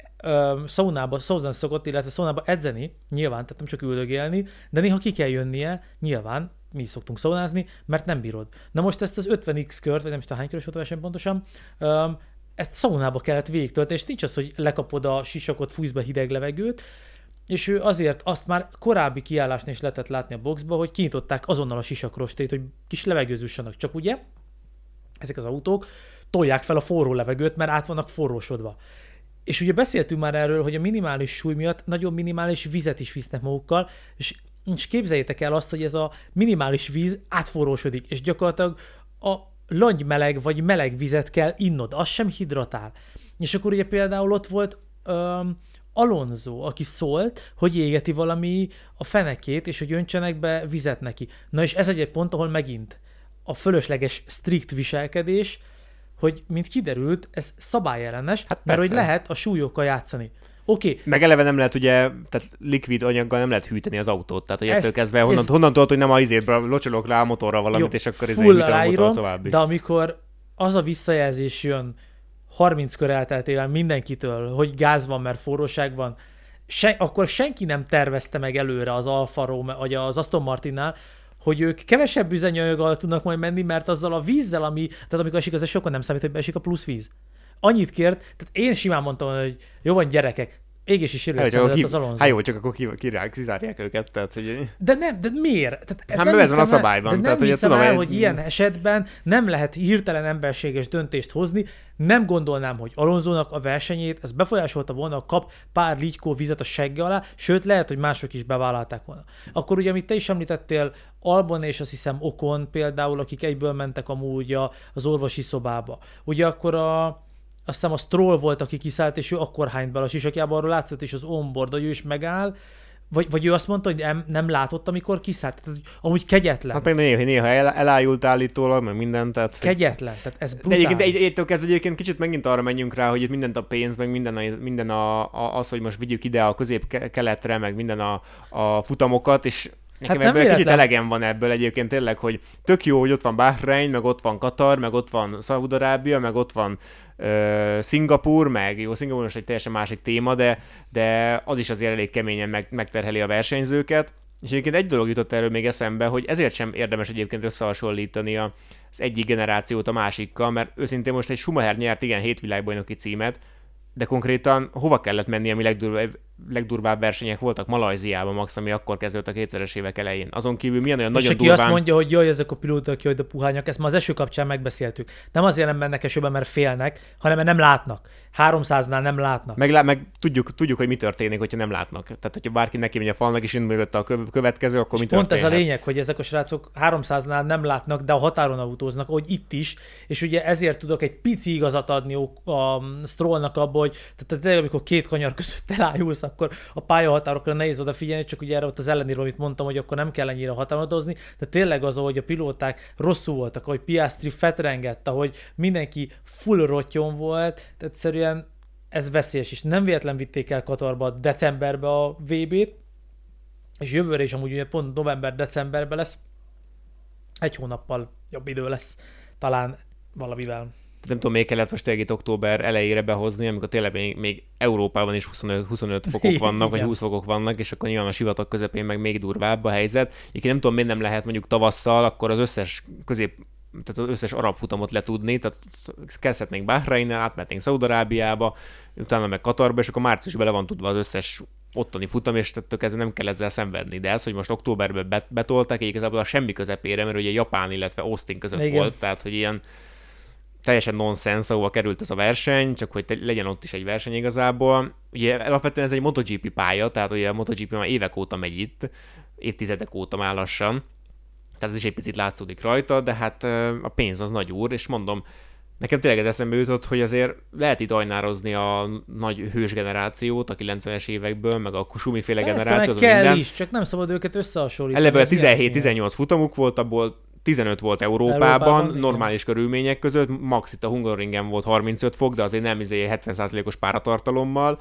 szaunába, szaunába szokott, illetve szaunába edzeni, nyilván, tehát nem csak üldögélni, de néha ki kell jönnie, nyilván, mi is szoktunk szaunázni, mert nem bírod. Na most ezt az ötven x kört, vagy nem is tudom hány körös volt a verseny pontosan, um, ezt szaunába kellett végigtölteni, és nincs az, hogy lekapod a sisakot, fújsz be hideg levegőt, és ő azért azt már korábbi kiállásnál is lehetett látni a boxba, hogy kinyitották azonnal a sisakrostét, hogy kis levegőzussanak. Csak ugye ezek az autók tolják fel a forró levegőt, mert át vannak forrósodva. És ugye beszéltünk már erről, hogy a minimális súly miatt nagyon minimális vizet is visznek magukkal, és, és képzeljétek el azt, hogy ez a minimális víz átforrósodik, és gyakorlatilag a langymeleg vagy meleg vizet kell innod, az sem hidratál. És akkor ugye például ott volt um, Alonso, aki szólt, hogy égeti valami a fenekét, és hogy öntsenek be vizet neki. Na és ez egy pont, ahol megint a fölösleges strikt viselkedés, hogy mint kiderült, ez szabályellenes, hát mert hogy lehet a súlyokkal játszani. Oké. Okay. Meg eleve nem lehet ugye, tehát likvid anyaggal nem lehet hűteni az autót, tehát hogy ettől kezdve honnan, ez... honnan tudod, hogy nem a izétből locsolok rá a motorra valamit, jó, és akkor ez egy a motor további. De amikor az a visszajelzés jön harminc kör elteltével mindenkitől, hogy gáz van, mert forróság van, se, akkor senki nem tervezte meg előre az Alfa Romeo, vagy az Aston Martinnál, hogy ők kevesebb üzemanyaggal tudnak majd menni, mert azzal a vízzel, ami, tehát amikor esik az eső, akkor nem számít, hogy beesik a plusz víz. Annyit kért, tehát én simán mondtam, hogy jó van gyerekek, égési sérülés szenvedett az Alonso. Hát jó, csak akkor kizárják őket, tehát hogy... De nem, de miért? Tehát hát nem ez van a szabályban. De nem tehát, hiszem hogy, el, tudom, hogy ilyen esetben nem lehet hirtelen emberséges döntést hozni, nem gondolnám, hogy Alonsónak a versenyét, ez befolyásolta volna, a kap pár ligykó vizet a segge alá, sőt lehet, hogy mások is bevállalták volna. Akkor ugye, amit te is említettél, Albon és azt hiszem Ocon például, akik egyből mentek amúgy az orvosi szobába. Ugye akkor a azt hiszem a Stroll volt, aki kiszállt, és ő akkor hányt bele a sisakjába, arról látszott is az onboard, hogy ő is megáll, Vagy, vagy ő azt mondta, hogy nem, nem látott, amikor kiszállt. Tehát, amúgy kegyetlen. Hát meg néha, néha el, elájult állítólag, meg mindent. Tehát, kegyetlen, tehát ez de brutális. egyébként egy, egytől kezdve egyébként kicsit megint arra menjünk rá, hogy itt mindent a pénz, meg minden, a, minden a, a, az, hogy most vigyük ide a közép-keletre, meg minden a, a futamokat, és nekem hát ebből kicsit elegem van ebből egyébként tényleg, hogy tök jó, hogy ott van Bahrein, meg ott van Katar, meg ott van Szaúd-Arábia, meg ott van uh, Szingapúr, meg jó, Szingapúr most egy teljesen másik téma, de, de az is azért elég keményen meg, megterheli a versenyzőket. És egyébként egy dolog jutott erről még eszembe, hogy ezért sem érdemes egyébként összehasonlítani az egyik generációt a másikkal, mert őszintén most egy Schumacher nyert igen hét világbajnoki címet, de konkrétan hova kellett menni, ami legdurvább, legdurvább versenyek voltak? Malajziában max, ami akkor kezdődött a kétszeres évek elején. Azon kívül milyen olyan nagyon durván... És aki azt mondja, hogy jaj, ezek a pilóták, jaj, de puhányak, ezt ma az eső kapcsán megbeszéltük. Nem azért nem mennek esőben, mert félnek, hanem mert nem látnak. háromszáznál nem látnak. Meg, meg tudjuk, tudjuk, hogy mi történik, hogyha nem látnak. Tehát, hogyha bárki neki megy a falnak, és jön mögött a következő, akkor mi pont történhet? Ez a lényeg, hogy ezek a srácok háromszáznál nem látnak, de a határon autóznak, hogy itt is, és ugye ezért tudok egy pici igazat adni a Strollnak abba, hogy tehát tényleg, amikor két kanyar között elájulsz, akkor a pályahatárokra nehéz odafigyelni, csak ugye erre ott az ellenére, amit mondtam, hogy akkor nem kell ennyire határon autózni, de tényleg az, hogy a pilóták rosszul voltak, hogy Piastri fetrengett, hogy mindenki full rottyon volt, tehát egyszerűen ez veszélyes, és nem véletlen vitték el Katarba decemberbe a vé bét, és jövőre is amúgy ugye pont november-decemberben lesz, egy hónappal jobb idő lesz, talán valamivel. Nem tudom, még kellett most tényleg itt október elejére behozni, amikor tényleg még, még Európában is huszonöt, huszonöt fokok vannak, vagy húsz fokok vannak, és akkor nyilván a sivatag közepén meg még durvább a helyzet. Így nem tudom, miért nem lehet mondjuk tavasszal, akkor az összes közép, tehát az összes arab futamot letudni, tehát kezdhetnénk Bahreinnel, átmehetnénk Szaúd-Arábiába, utána meg Katarba, és akkor márciusban le van tudva az összes ottani futam, és tök ezzel nem kell ezzel szenvedni. De ez, hogy most októberben betolták, igazából a semmi közepére, mert ugye Japán, illetve Austin között igen. volt, tehát hogy ilyen teljesen nonsens, ahova került ez a verseny, csak hogy legyen ott is egy verseny igazából. Ugye alapvetően ez egy MotoGP pálya, tehát ugye a MotoGP már évek óta megy itt, évtizedek óta már lassan, tehát ez is egy picit látszódik rajta, de hát a pénz az nagy úr, és mondom, nekem tényleg ez eszembe jutott, hogy azért lehet itt ajnározni a nagy hős generációt a kilencvenes évekből, meg a Schumi-féle generációt. Kell minden. is, csak nem szabad őket összehasonlítani. Eleve tizenhét-tizennyolc futamuk volt, abból tizenöt volt Európában, Európában normális igen. körülmények között, max itt a Hungaroringen volt harmincöt fok, de azért nem izé hetven százalékos páratartalommal.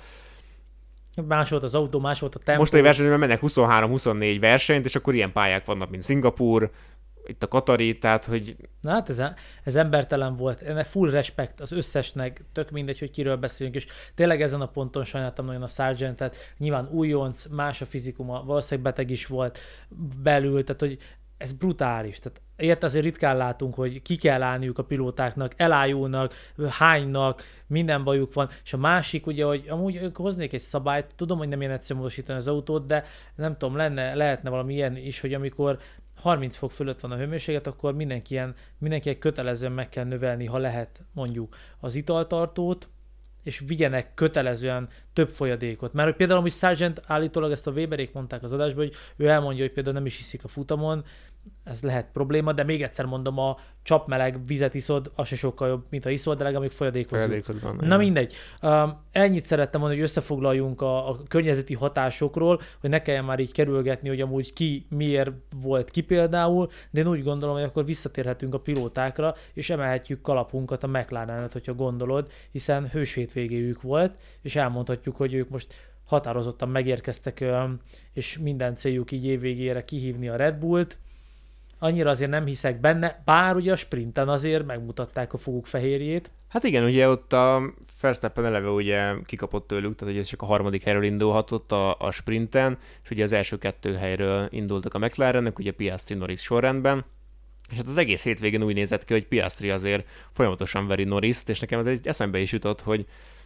Más volt az autó, más volt a tempó. Most egy versenyben mennek huszonhárom-huszonnégy versenyt, és akkor ilyen pályák vannak, mint Szingapúr, itt a Katari, tehát hogy... Na hát ez, ez embertelen volt. Ennek full respekt az összesnek, tök mindegy, hogy kiről beszélünk, és tényleg ezen a ponton sajnáltam nagyon a Sargentet. Nyilván újonc, más a fizikuma, valószínűleg beteg is volt belül, tehát hogy ez brutális. Tehát ilyet azért ritkán látunk, hogy ki kell állniuk a pilótáknak, elájulnak, hánynak, minden bajuk van. És a másik ugye, hogy amúgy hoznék egy szabályt, tudom, hogy nem ilyen egyszerű módosítani az autót, de nem tudom, lenne, lehetne valami ilyen is, hogy amikor harminc fok fölött van a hőmérséklet, akkor mindenki ilyen, mindenkinek kötelezően meg kell növelni, ha lehet mondjuk az italtartót, és vigyenek kötelezően több folyadékot. Mert hogy például amúgy Sargent állítólag ezt a Weberék mondták az adásban, hogy ő elmondja, hogy például nem is hiszik a futamon, ez lehet probléma, de még egyszer mondom, a csapmeleg vizet iszod, az se sokkal jobb, mint ha iszod, de legalább még folyadékhoz jutsz. Na mindegy. Um, ennyit szerettem mondani, hogy összefoglaljunk a, a környezeti hatásokról, hogy ne kelljen már így kerülgetni, hogy amúgy ki miért volt ki például, de én úgy gondolom, hogy akkor visszatérhetünk a pilótákra, és emelhetjük kalapunkat a McLarenet, hogyha gondolod, hiszen hős hétvégéjük volt, és elmondhatjuk, hogy ők most határozottan megérkeztek, és minden céljuk így évvégére kihívni a Red Bullt. Annyira azért nem hiszek benne, bár ugye a sprinten azért megmutatták a foguk fehérjét. Hát igen, ugye ott a Verstappen eleve ugye kikapott tőlük, tehát ugye csak a harmadik helyről indulhatott a, a sprinten, és ugye az első kettő helyről indultak a McLarennek, ugye Piastri Norris sorrendben, és hát az egész hétvégén úgy nézett ki, hogy Piastri azért folyamatosan veri Norrist, és nekem ez egy eszembe is jutott, hogy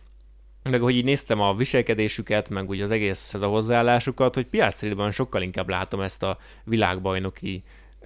meg hogy így néztem a viselkedésüket, meg úgy az egészhez a hozzáállásukat, hogy Piastriban sokkal inkább látom ezt a világbajnoki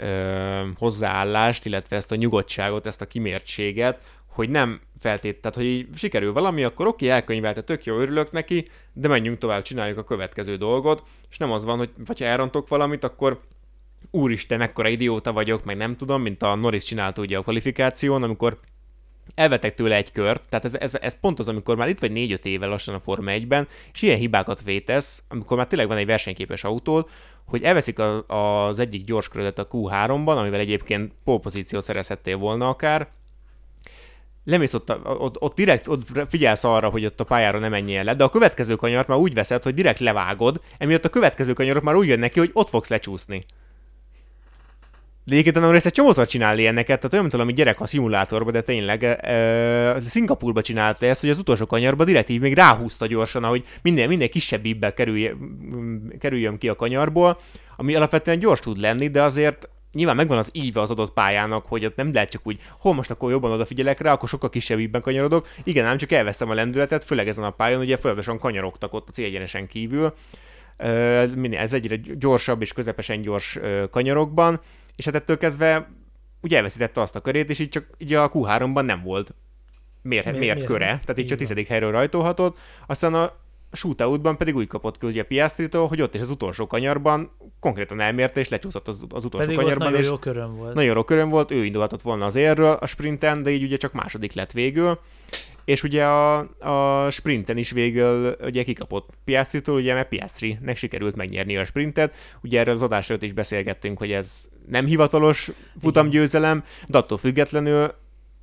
ö, hozzáállást, illetve ezt a nyugodtságot, ezt a kimértséget, hogy nem feltét, tehát hogy így sikerül valami, akkor oké, elkönyvelte, tök jó, örülök neki, de menjünk tovább, csináljuk a következő dolgot, és nem az van, hogy vagy ha elrontok valamit, akkor úristen, mekkora idióta vagyok, meg nem tudom, mint a Norris csinálta ugye a kvalifikáción, amikor elvetek tőle egy kört, tehát ez, ez, ez pont az, amikor már itt vagy négy-öt éve lassan a Forma egyben, és ilyen hibákat vétesz, amikor már tényleg van egy versenyképes autód, hogy elveszik a, az egyik gyors körödet a kú háromban, amivel egyébként pole-pozíciót szerezhettél volna akár, lemész ott, ott, ott direkt ott figyelsz arra, hogy ott a pályára nem menjél le, de a következő kanyart már úgy veszed, hogy direkt levágod, emiatt a következő kanyarok már úgy jön neki, hogy ott fogsz lecsúszni. De egyébként a Norris egy csomószor csinál ilyeneket, tehát olyan, mint valami gyerek a szimulátorban, de tényleg e, Szingapúrban csinálta ezt, hogy az utolsó kanyarban direkt így még ráhúzta gyorsan, ahogy minden, minden kisebb íbben kerülj, kerüljön ki a kanyarból, ami alapvetően gyors tud lenni, de azért nyilván megvan az íve az adott pályának, hogy ott nem lehet csak úgy, hol most akkor jobban odafigyelek rá, akkor sokkal kisebb íbben kanyarodok. Igen, ám csak elvesztem a lendületet, főleg ezen a pályán, ugye folyamatosan kanyarogtak ott a célegyenesen kívül. Ez egyre gyorsabb és közepesen gyors kanyarokban, és hát ettől kezdve ugye elveszítette azt a körét, és így csak így a kú háromban nem volt mért, mért, mért köre, tehát így csak tizedik helyről rajtolhatott, aztán a shootoutban pedig úgy kapott ki ugye Piastritól, hogy ott is az utolsó kanyarban konkrétan elmérte és lecsúszott az, az utolsó pedig kanyarban. Nagyon és jó köröm volt. Nagyon jó köröm volt, ő indulhatott volna az élről a sprinten, de így ugye csak második lett végül. És ugye a, a sprinten is végül ugye kikapott Piastritól, ugye mert Piastrinek sikerült megnyerni a sprintet. Ugye erről az adás előtt is beszélgettünk, hogy ez nem hivatalos futamgyőzelem, de attól függetlenül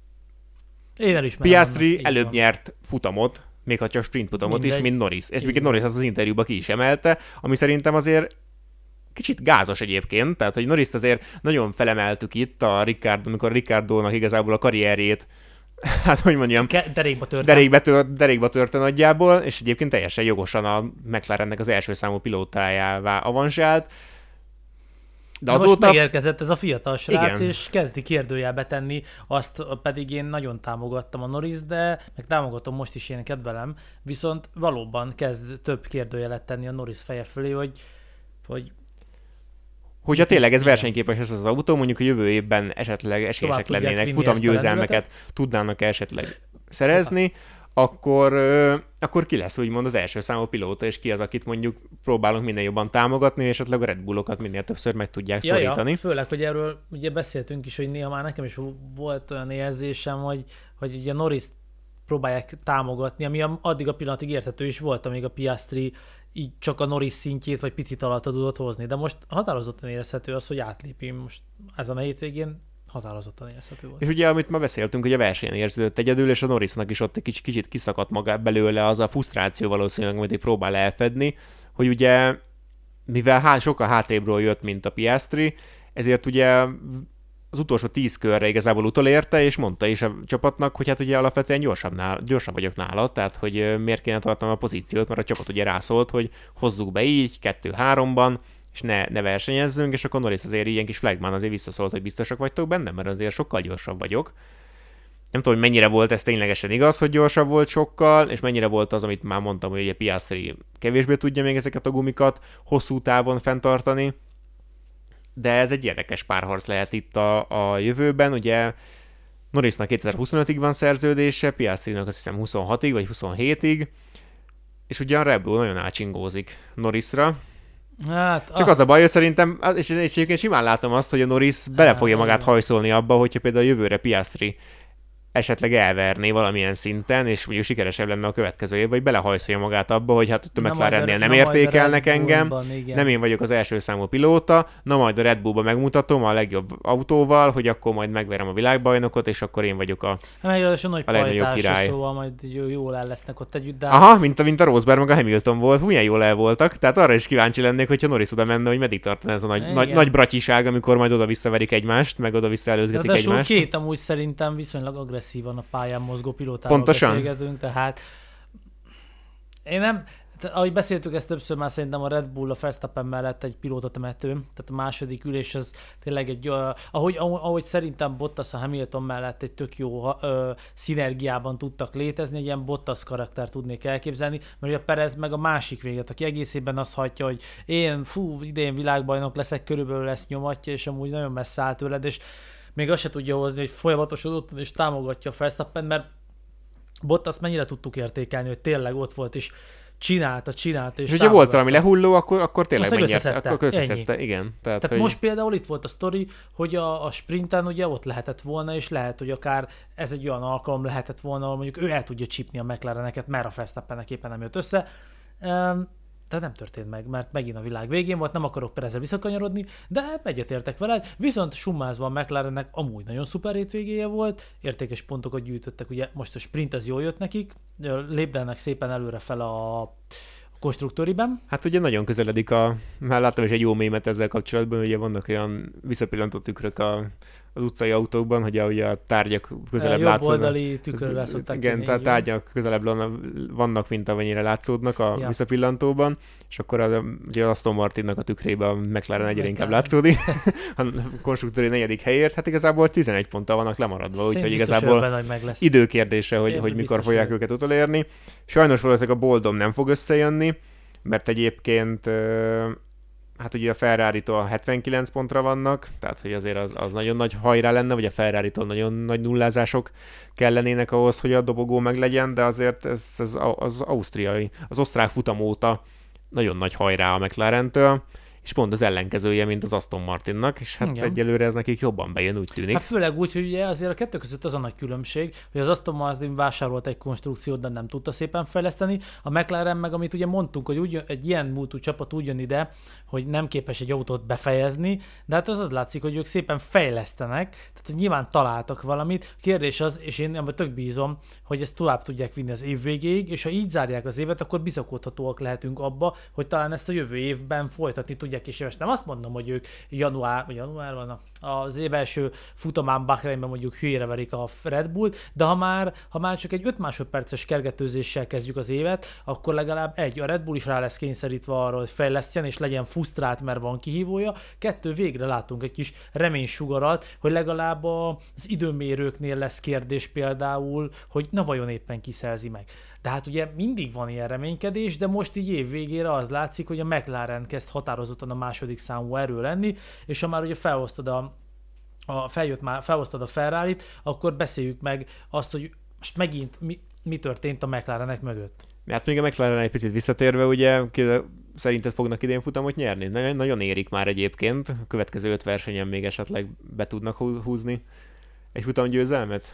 Piastri előbb van. Nyert futamot, még ha csak sprint futamot Mindegy. is, mint Norris. És még Norris az az interjúban ki is emelte, ami szerintem azért kicsit gázos egyébként, tehát hogy Norris azért nagyon felemeltük itt a Ricciardo, amikor Ricciardónak igazából a karrierjét, hát hogy mondjam, Ke- derékba törte. Derékba, tört, derékba törte nagyjából, és egyébként teljesen jogosan a McLarennek az első számú pilótájává avanzsált. De azóta... most megérkezett ez a fiatal srác, igen. És kezdi kérdőjelbe tenni, azt pedig én nagyon támogattam a Norris, de meg támogatom most is, én kedvelem, viszont valóban kezd több kérdőjelet tenni a Norris feje fölé, hogy, hogy hogyha tényleg ez versenyképes ez az autó, mondjuk a jövő évben esetleg esélyesek lennének, futamgyőzelmeket tudnának esetleg szerezni, akkor, akkor ki lesz úgymond az első számú pilóta, és ki az, akit mondjuk próbálunk minden jobban támogatni, és esetleg a Red Bullokat minél többször meg tudják ja, szorítani. Ja, főleg, hogy erről ugye beszéltünk is, hogy néha már nekem is volt olyan érzésem, hogy, hogy ugye Norris próbálják támogatni, ami addig a pillanatig érthető is volt, amíg a Piastri így csak a Norris szintjét, vagy picit alatt tudott hozni. De most határozottan érezhető az, hogy átlépi most ezen a hétvégén, határozottan érezhető volt. És ugye, amit ma beszéltünk, hogy a versenyen érződött egyedül, és a Norrisnak is ott egy kicsit, kicsit kiszakadt maga belőle az a frusztráció valószínűleg, amit próbál elfedni, hogy ugye, mivel há, sokkal hátrébről jött, mint a Piastri, ezért ugye az utolsó tíz körre igazából utolérte, és mondta is a csapatnak, hogy hát ugye alapvetően gyorsabb, nál, gyorsabb vagyok nála, tehát hogy miért kéne tartanom a pozíciót, mert a csapat ugye rászólt, hogy hozzuk be így, kettő-háromban, és ne, ne versenyezzünk, és akkor Norris azért ilyen kis flagman azért visszaszólt, hogy biztosak vagytok benne, mert azért sokkal gyorsabb vagyok. Nem tudom, hogy mennyire volt ez ténylegesen igaz, hogy gyorsabb volt sokkal, és mennyire volt az, amit már mondtam, hogy ugye Piastri kevésbé tudja még ezeket a gumikat hosszú távon fenntartani. De ez egy érdekes párharc lehet itt a, a jövőben, ugye Norrisnak kétezer-huszonötig van szerződése, Piastrinak azt hiszem huszonhatig vagy huszonhétig, és ugye a Red Bull nagyon átsingózik Norrisra. Hát, Csak ah. az a baj, hogy szerintem, és, és egyébként simán látom azt, hogy a Norris bele fogja magát hajszolni abba, hogyha például a jövőre Piastri esetleg elverné valamilyen szinten, és mondjuk sikeresebb lenne a következő év, vagy belehajszolja magát abba, hogy hát a McLarennél nem értékelnek engem, nem én vagyok az első számú pilóta, na majd a Red Bullba megmutatom a legjobb autóval, hogy akkor majd megverem a világbajnokot, és akkor én vagyok a, hát, a, a legnagyobb király. Szóval majd jól el lesznek ott együtt. De... Aha, mint a, mint a Rosberg meg a Hamilton volt, milyen jól el voltak, tehát arra is kíváncsi lennék, hogyha Norris oda menne, hogy meddig tartana ez a nagy, nagy, nagy bratyiság, amikor majd oda-visszaverik egymást, meg oda-vissza előzgetik egymást. Két amúgy szerintem viszonylag agresszívan a pályán mozgó pilótáról beszélgetünk, tehát én nem, tehát, ahogy beszéltük ezt többször, már szerintem a Red Bull a Verstappen mellett egy pilótatemető, tehát a második ülés az tényleg egy, uh, ahogy, ahogy szerintem Bottas a Hamilton mellett egy tök jó uh, szinergiában tudtak létezni, egy ilyen Bottas karakter tudnék elképzelni, mert ugye a Perez meg a másik véget, aki egészében azt hagyja, hogy én fú, idén világbajnok leszek, körülbelül ezt nyomatja, és amúgy nagyon messze áll tőled, és még azt se tudja hozni, hogy folyamatosan ott és támogatja a Verstappen, mert Bottas mennyire tudtuk értékelni, hogy tényleg ott volt, és csinálta, csinálta. És, és ugye volt valami lehulló, akkor, akkor tényleg megnyerte. Akkor összeszedte, ennyi. Igen. Tehát, Tehát hogy... most például itt volt a sztori, hogy a, a sprinten ugye ott lehetett volna, és lehet, hogy akár ez egy olyan alkalom lehetett volna, ahol mondjuk ő el tudja csípni a McLareneket, mert a Verstappennek éppen nem jött össze. Um, de nem történt meg, mert megint a világ végén volt, nem akarok Perezzel visszakanyarodni, de egyetértek veled, viszont Schumazban a McLarennek amúgy nagyon szuper hétvégéje volt, értékes pontokat gyűjtöttek, ugye most a sprint az jól jött nekik, lépdelnek szépen előre fel a konstruktőriben. Hát ugye nagyon közeledik a, már láttam is egy jó mémet ezzel kapcsolatban, ugye vannak olyan visszapillantó tükrök a, az utcai autókban, hogy a, ugye a tárgyak közelebb jobb látszódnak. Jobb oldali tükörre szokták. Igen, tehát tárgyak közelebb vannak, mint amennyire látszódnak a ja. visszapillantóban, és akkor az, ugye az Aston Martinnak a tükrében a McLaren egyre inkább látszódik, a konstruktőri negyedik helyért, hát igazából tizenegy ponttal vannak lemaradva, úgyhogy igazából benne, időkérdése, hogy, hogy mikor fogják őket utolérni. Sajnos valószínűleg a Boldom nem fog összejönni, mert egyébként hát ugye a Ferrari-tól hetvenkilenc pontra vannak, tehát hogy azért az, az nagyon nagy hajrá lenne, vagy a Ferrari-tól nagyon nagy nullázások kellenének ahhoz, hogy a dobogó meglegyen, de azért ez, ez az ausztriai, az osztrák futam óta nagyon nagy hajrá a McLarentől, és pont az ellenkezője, mint az Aston Martinnak, és hát igen. Egyelőre ez nekik jobban bejön, úgy tűnik. Hát főleg úgy, hogy ugye azért a kettő között az a nagy különbség, hogy az Aston Martin vásárolt egy konstrukciót, de nem tudta szépen fejleszteni, a McLaren meg, amit ugye mondtunk, hogy úgy, egy ilyen múltú csapat úgy jön ide, hogy nem képes egy autót befejezni, de hát az az látszik, hogy ők szépen fejlesztenek, tehát hogy nyilván találtak valamit. A kérdés az, és én ebben tök bízom, hogy ezt tovább tudják vinni az év végéig, és ha így zárják az évet, akkor bizakodhatóak lehetünk abba, hogy talán ezt a jövő évben folytatni tudják. És éves. Nem azt mondom, hogy ők január, vagy januárban az év első futamán Bahreinben mondjuk hülyére verik a Red Bullt, de ha már, ha már csak egy öt másodperces kergetőzéssel kezdjük az évet, akkor legalább egy, a Red Bull is rá lesz kényszerítve arra, hogy fejlesztjen, és legyen frusztrált, mert van kihívója. Kettő, végre látunk egy kis reménysugarat, hogy legalább az időmérőknél lesz kérdés például, hogy na vajon éppen kiszerzi meg. De hát ugye mindig van ilyen reménykedés, de most így év végére az látszik, hogy a McLaren kezd határozottan a második számú erő lenni, és ha már ugye felhoztad a, a, feljött már, felhoztad a Ferrarit, akkor beszéljük meg azt, hogy most megint mi, mi történt a McLarenek mögött. Hát még a McLaren egy picit visszatérve, ugye szerinted fognak idén futamot nyerni? Nagyon, nagyon érik már egyébként, a következő öt versenyen még esetleg be tudnak húzni egy futamgyőzelmet?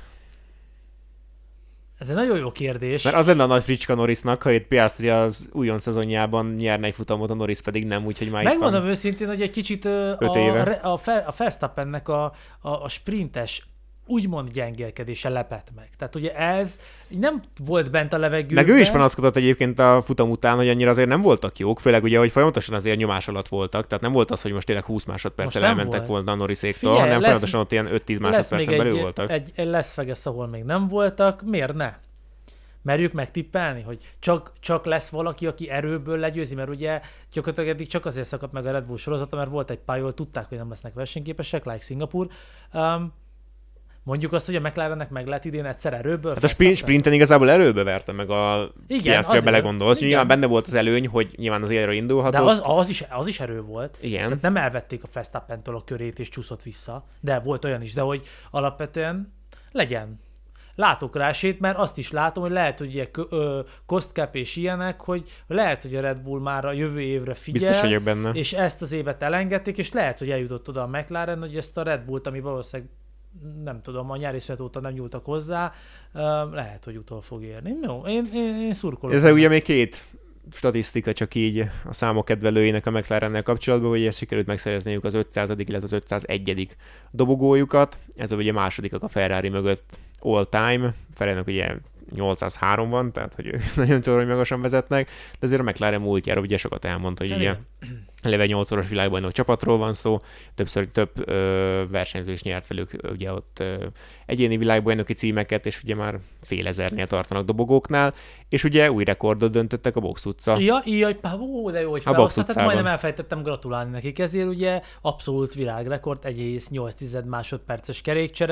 Ez egy nagyon jó kérdés. Mert az lenne a nagy fricska Norrisnak, ha itt Piastri az újon szezonjában nyerne egy futamot, a Norris pedig nem, úgyhogy már megmondom itt van őszintén, hogy egy kicsit a, a, a Verstappennek a, a, a sprintes úgymond gyengélkedése lepett meg. Tehát ugye ez nem volt bent a levegőben. Meg ő is panaszkodott egyébként a futam után, hogy annyira azért nem voltak jók, főleg ugye, hogy folyamatosan azért nyomás alatt voltak, tehát nem volt az, hogy most tényleg húsz másodperccel elmentek volt. volna a Norriséktól, hanem lesz, folyamatosan ott ilyen öt-tíz másodpercen belül egy, voltak. Egy, egy lesz Vegas, ahol még nem voltak, miért ne? Merjük megtippelni, hogy csak, csak lesz valaki, aki erőből legyőzi, mert ugye gyakorlatilag eddig csak azért szakadt meg a Red Bull sorozata, mert volt egy pálya, ahol tudták, hogy nem lesznek versenyképesek, like Szingapur. Um, Mondjuk azt, hogy a McLarennek meg lehet idén egyszer erőből. Hát a sprint, sprinten igazából erőből verte meg a Piastri, ha belegondolsz. Igen. Nyilván benne volt az előny, hogy nyilván az élről indulhatott. De az, az, is, az is erő volt. Igen. Tehát nem elvették a Verstappentől a körét és csúszott vissza. De volt olyan is, de hogy alapvetően legyen. Látok rá esélyt, mert azt is látom, hogy lehet, hogy ilyen cost cap és ilyenek, hogy lehet, hogy a Red Bull már a jövő évre figyel. Biztos vagyok benne. És ezt az évet elengedték, és lehet, hogy eljutott oda a McLaren, hogy ezt a Red Bullt, ami valószínűleg nem tudom, a nyári szünet óta nem nyúltak hozzá, lehet, hogy utol fog érni. Jó, én, én, én szurkolok. Ez ugye még két statisztika csak így a számok kedvelőinek a McLarennel kapcsolatban, hogy ezt sikerült megszerezniük az ötszázadik, illetve az ötszázegyedik dobogójukat. Ez a ugye másodikak a Ferrari mögött all time. Ferrari-nak ugye nyolcszázhárom van, tehát hogy ők nagyon torony magasan vezetnek, de azért a McLaren múltjára ugye sokat elmondta, hogy ugye eleve nyolcszoros világbajnok csapatról van szó, többször több ö, versenyző is nyert velük ugye ott ö, egyéni világbajnoki címeket, és ugye már fél ezernél tartanak dobogóknál, és ugye új rekordot döntöttek a Box utca. Ja, jaj, ó, de jó, hogy felhoztattak, majdnem elfejtettem gratulálni nekik, ezért ugye abszolút világrekord, egy egész nyolc másodperces kerékcsere,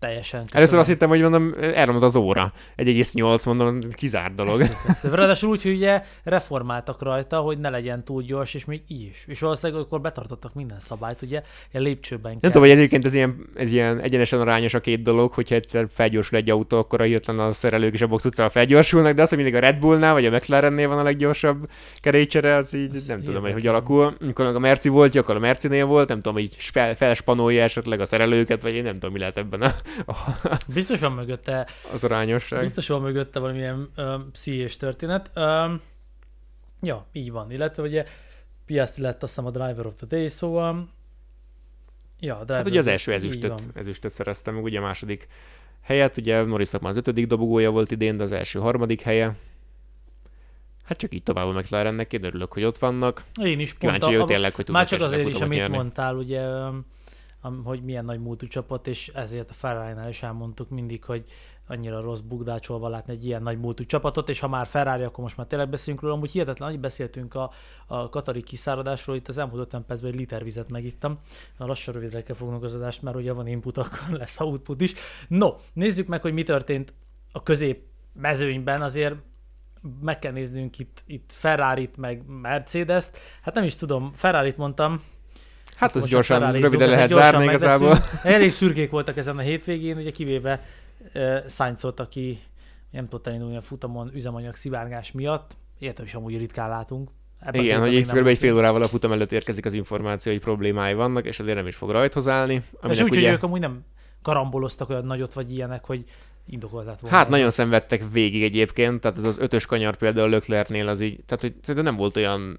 teljesen. Köszönöm. Először azt hittem, hogy mondom, elromlott az óra. egy egész nyolc, mondom, kizárt dolog. Ráadásul úgy, hogy ugye reformáltak rajta, hogy ne legyen túl gyors, és még így is. És valószínűleg akkor betartottak minden szabályt, ugye, ilyen lépcsőben kell. Nem tudom, hogy ez egyébként ez ilyen, ez ilyen egyenesen arányos a két dolog, hogyha egyszer felgyorsul egy autó, akkor a hirtelen a szerelők és a box utcával felgyorsulnak, de az, hogy mindig a Red Bullnál vagy a McLarennél van a leggyorsabb kerékcsere, az így ez nem tudom, hogy hogy alakul. Amikor a Merci volt, akkor a Mercinél volt, nem tudom, hogy felspanolja esetleg a szerelőket, vagy én nem tudom, mi lehet ebben a, a biztos van mögötte az arányosság. Biztos van mögötte valamilyen um, pszichés történet. Um, ja, így van. Illetve ugye Piastri lett azt hiszem a Driver of the Day, szóval ja, Driver hát ugye az első ezüstöt, ezüstöt szereztem, meg ugye a második helyet, ugye Norrisnak már az ötödik dobogója volt idén, de az első harmadik helye. Hát csak így tovább a McLarennek, én örülök, hogy ott vannak. Én is pont. Kíváncsi, hogy tényleg, hogy már csak azért is, amit nyerni. mondtál, ugye, hogy milyen nagy múltú csapat, és ezért a Ferrari-nál is elmondtuk mindig, hogy annyira rossz bukdácsolva látni egy ilyen nagy múltú csapatot, és ha már Ferrari, akkor most már tényleg beszélünk róla, amúgy hihetetlen, hogy beszéltünk a, a katari kiszáradásról, itt az elmúlt ötven percben egy liter vizet megittam. A lassan rövidre kell fognunk az adást, mert ugye van input, akkor lesz output is. No, nézzük meg, hogy mi történt a közép mezőnyben, azért meg kell néznünk itt, itt Ferrarit, meg Mercedes-t. Hát nem is tudom, Ferrarit mondtam. Hát az gyorsan, röviden lehet zárni igazából. Elég szürkék voltak ezen a hétvégén, ugye kivéve uh, Sainzot, aki nem tudott elindulni a futamon üzemanyag szivárgás miatt. Értem is amúgy ritkán látunk. Ebben igen, hogy egy, egy fél órával a futam előtt érkezik az információ, hogy problémái vannak, és azért nem is fog rajthoz állni. És úgy, ugye... hogy ők amúgy nem karamboloztak olyan nagyot, vagy ilyenek, hogy indokolt lett volna. Hát nagyon szenvedtek végig egyébként, tehát ez az ötös kanyar például Leclercnél az így, tehát hogy szerintem nem volt olyan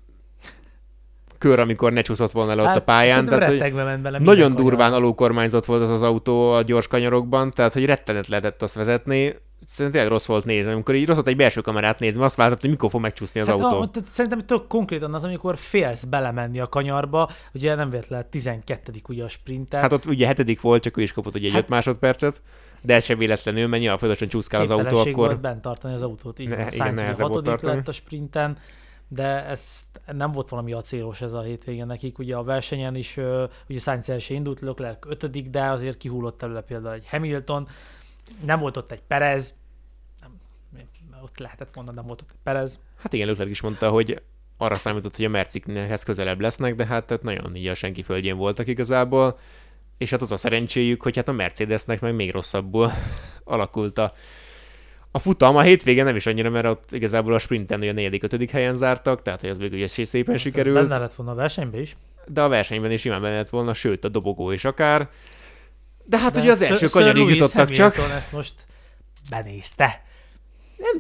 kör, amikor ne csúszott volna le hát, ott a pályán. Tehát, hogy nagyon durván alulkormányzott volt az az autó a gyors kanyarokban, tehát hogy rettenet lehetett azt vezetni. Szerintem tényleg rossz volt nézni. Amikor így rossz volt egy belső kamerát nézni, azt vártad, hogy mikor fog megcsúszni az hát autó. A, szerintem tök konkrétan az, amikor félsz belemenni a kanyarba, ugye nem véletlen tizenkettedik ugye a sprinter. Hát ott ugye hetedik volt, csak ő is kapott ugye egy hát, öt másodpercet, de ez sem véletlenül, mert nyilván folyamatosan csúszkál az autó, akkor... volt bent tartani az autót, így ne, igen, nehezebb volt tartani. Lett a sprinten, de ez nem volt valami acélos ez a hétvégén nekik. Ugye a versenyen is, ugye Sainz első indult, Leclerc ötödik, de azért kihullott előle például egy Hamilton, nem volt ott egy Perez, nem, ott lehetett volna, nem volt ott egy Perez. Hát igen, Leclerc is mondta, hogy arra számított, hogy a Mercikhez közelebb lesznek, de hát nagyon így a senki földjén voltak igazából, és hát az a szerencséjük, hogy hát a Mercedesnek meg még rosszabbul alakult a, a futam. A hétvégén nem is annyira, mert ott igazából a sprinten a negyedik, ötödik helyen zártak, tehát hogy az végül ugye szépen hát sikerült. Benne lett volna a versenyben is. De a versenyben is simán benne lett volna, sőt a dobogó is akár. De hát de ugye az első kanyarig jutottak csak. Ezt most benézte. Nem...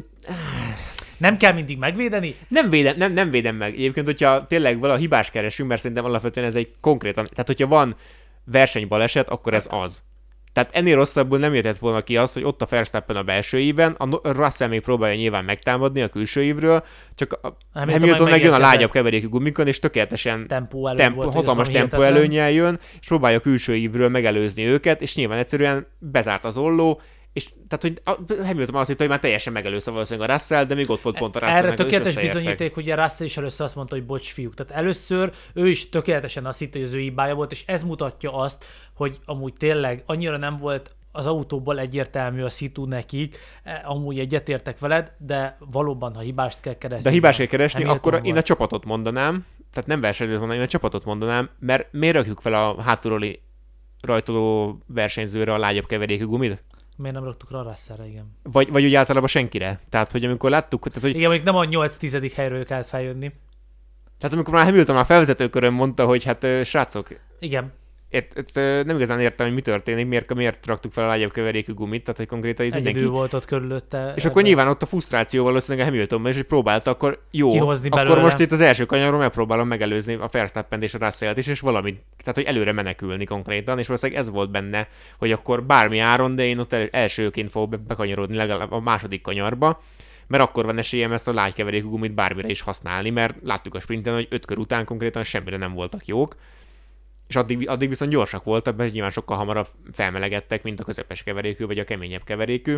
Nem kell mindig megvédeni? Nem védem, nem, nem védem meg. Egyébként, hogyha tényleg vala hibás keresünk, mert szerintem alapvetően ez egy konkrétan, tehát hogyha van versenybaleset, akkor ez az. Tehát ennél rosszabbul nem jöhetett volna ki az, hogy ott a Verstappen a belső ívben, a Russell még próbálja nyilván megtámadni a külső ívről, csak a Hamilton megjön a lágyabb keverékű gumikon, és tökéletesen tempó temp- volt, hatalmas tempó előnnyel jön, és próbálja a külső ívről megelőzni őket, és nyilván egyszerűen bezárt az olló, és tehát, hogy a Hamilton azt hitt, hogy már teljesen megelőzte valószínűleg a Russell, de még ott volt pont a Russell. Erre tökéletes bizonyíték, hogy a Russell is először azt mondta, hogy bocs fiúk. Tehát először ő is tökéletesen azt hitt, hogy az ő hibája volt, és ez mutatja azt, hogy amúgy tényleg annyira nem volt az autóból egyértelmű a szitu nekik, amúgy egyetértek veled, de valóban, ha hibást kell keresni. De hibást kell keresni, akkor volt. Én a csapatot mondanám, tehát nem versenyzőt mondanám, én a csapatot mondanám, mert miért rakjuk fel a hátulról rajtoló versenyzőre a lágyabb keverékű gumit? Miért nem raktuk rá a Russellre, igen. Vagy, vagy úgy általában senkire. Tehát, hogy amikor láttuk... Tehát, hogy... Igen, még nem a nyolc tizedik helyről kell feljönni. Tehát amikor már Hamilton már felvezetőkörön mondta, hogy hát srácok... Igen. Itt, itt, nem igazán értem, hogy mi történik, miért, miért raktuk fel a lágyabb keverékű gumit, tehát hogy konkrétan itt mindenki... Egyedül volt ott körülötte. És ebben. Akkor nyilván ott a frusztráció valószínűleg a Hamiltonban is, hogy próbálta, akkor jó, kihozni akkor belőle. Most itt az első kanyaron megpróbálom megelőzni a Verstappent és a Russellt is, és valamit, tehát hogy előre menekülni konkrétan, és valószínűleg ez volt benne, hogy akkor bármi áron, de én ott elsőként fogok bekanyarodni legalább a második kanyarba, mert akkor van esélyem ezt a lágykeverékű gumit bármire is használni, mert láttuk a sprinten, hogy öt kör után konkrétan semmire nem voltak jók. És addig, addig viszont gyorsak voltak, mert nyilván sokkal hamarabb felmelegedtek, mint a közepes keverékű, vagy a keményebb keverékű.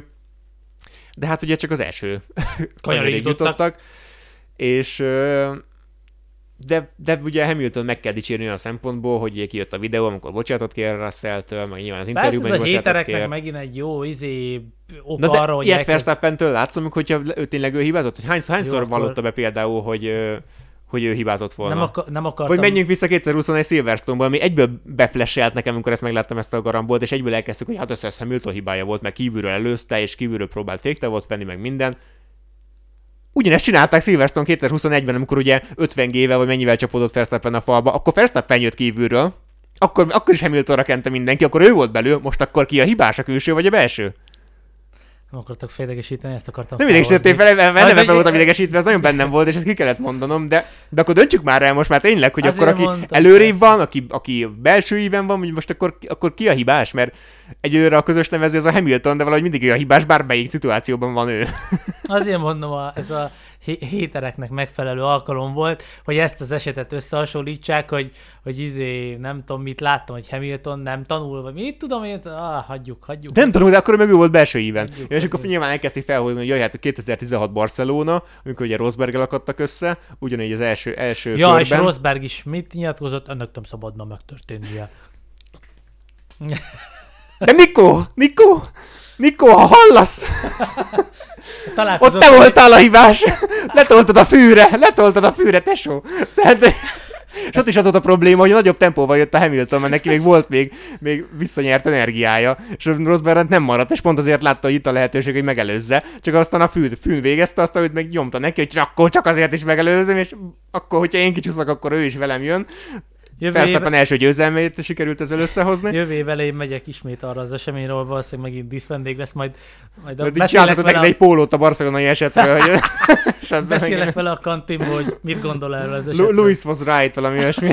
De hát ugye csak az első kanyarig jutottak. És, De, de ugye Hamilton meg kell dicsérni olyan szempontból, hogy kijött a videó, amikor bocsánatot kér Russell-től, meg nyilván az interjúban is bocsánatot kér. Persze, ez a hétereknek megint egy jó izé ok Na arra, hogy ilyet elkezd... Verstappentől látszom, hogyha ő tényleg ő hibázott? Hogy hányszor, hányszor Jó, vallotta akkor... be például, hogy, hogy ő hibázott volna? Nem, akar, nem akartam... Vagy menjünk vissza kétezer-huszonegy Silverstone-ból, ami egyből befleselt nekem, amikor ezt megláttam ezt a garambolt, és egyből elkezdtük, hogy hát ez Hamilton hibája volt, meg kívülről előzte, és kívülről próbált féktávot venni, meg minden. Ugyanezt csinálták Silverstone kétezer-huszonegyben, amikor ugye ötven gével vagy mennyivel csapódott Verstappen a falba, akkor Verstappen jött kívülről, akkor, akkor is Hamiltonra kente mindenki, akkor ő volt belül, most akkor ki a hibás, a külső vagy a belső? Nem akartak fejlegesíteni, ezt akartam Nem idegesítettél fel, mert neve fel voltam idegesítve, ez nagyon bennem volt, és ezt ki kellett mondanom, de, de akkor döntsük már el most már tényleg, hogy azért akkor aki előrébb van, aki, aki belső íven van, hogy most akkor, akkor ki a hibás, mert egyelőre a közös nevező az a Hamilton, de valahogy mindig a hibás, bármelyik szituációban van ő. Azért mondom, a, ez a hétereknek megfelelő alkalom volt, hogy ezt az esetet összehasonlítsák, hogy, hogy izé, nem tudom, mit láttam, hogy Hamilton nem tanul, vagy mit tudom én, ah, hagyjuk, hagyjuk. Nem tanul, de akkor meg ő volt belső íven. Hagyjuk, és akkor nyilván elkezdték felhozni, hogy jaj, hát kétezer-tizenhat Barcelona, amikor ugye Rosberggel akadtak össze, ugyanígy az első, első ja, körben. És Rosberg is mit nyilatkozott? Ennek nem szabadna megtörténnie. De Nikó, Nikó, Nikó, ha hallasz! Találkozott ott te voltál a hibás! Letoltad a fűre! Letoltad a fűre, tesó! Tehát, és ott is az volt a probléma, hogy nagyobb tempóval jött a Hamilton, mert neki még volt még, még visszanyert energiája, és Rosberg nem maradt, és pont azért látta, hogy itt a lehetőség, hogy megelőzze, csak aztán a fűn, fűn végezte, aztán hogy meg nyomta neki, hogy akkor csak azért is megelőzöm, és akkor, hogyha én kicsúszok, akkor ő is velem jön. Verstappen első győzelmét sikerült ezzel összehozni. Jövő év elején megyek ismét arra az eseményről, valószínűleg megint díszvendég lesz, majd, majd a beszélek vele... egy pólót a barcelonai esetről. Hogy... beszélek meg... vele a kantinból, hogy mit gondol erről az esetről. Louis was right, valami olyasmi.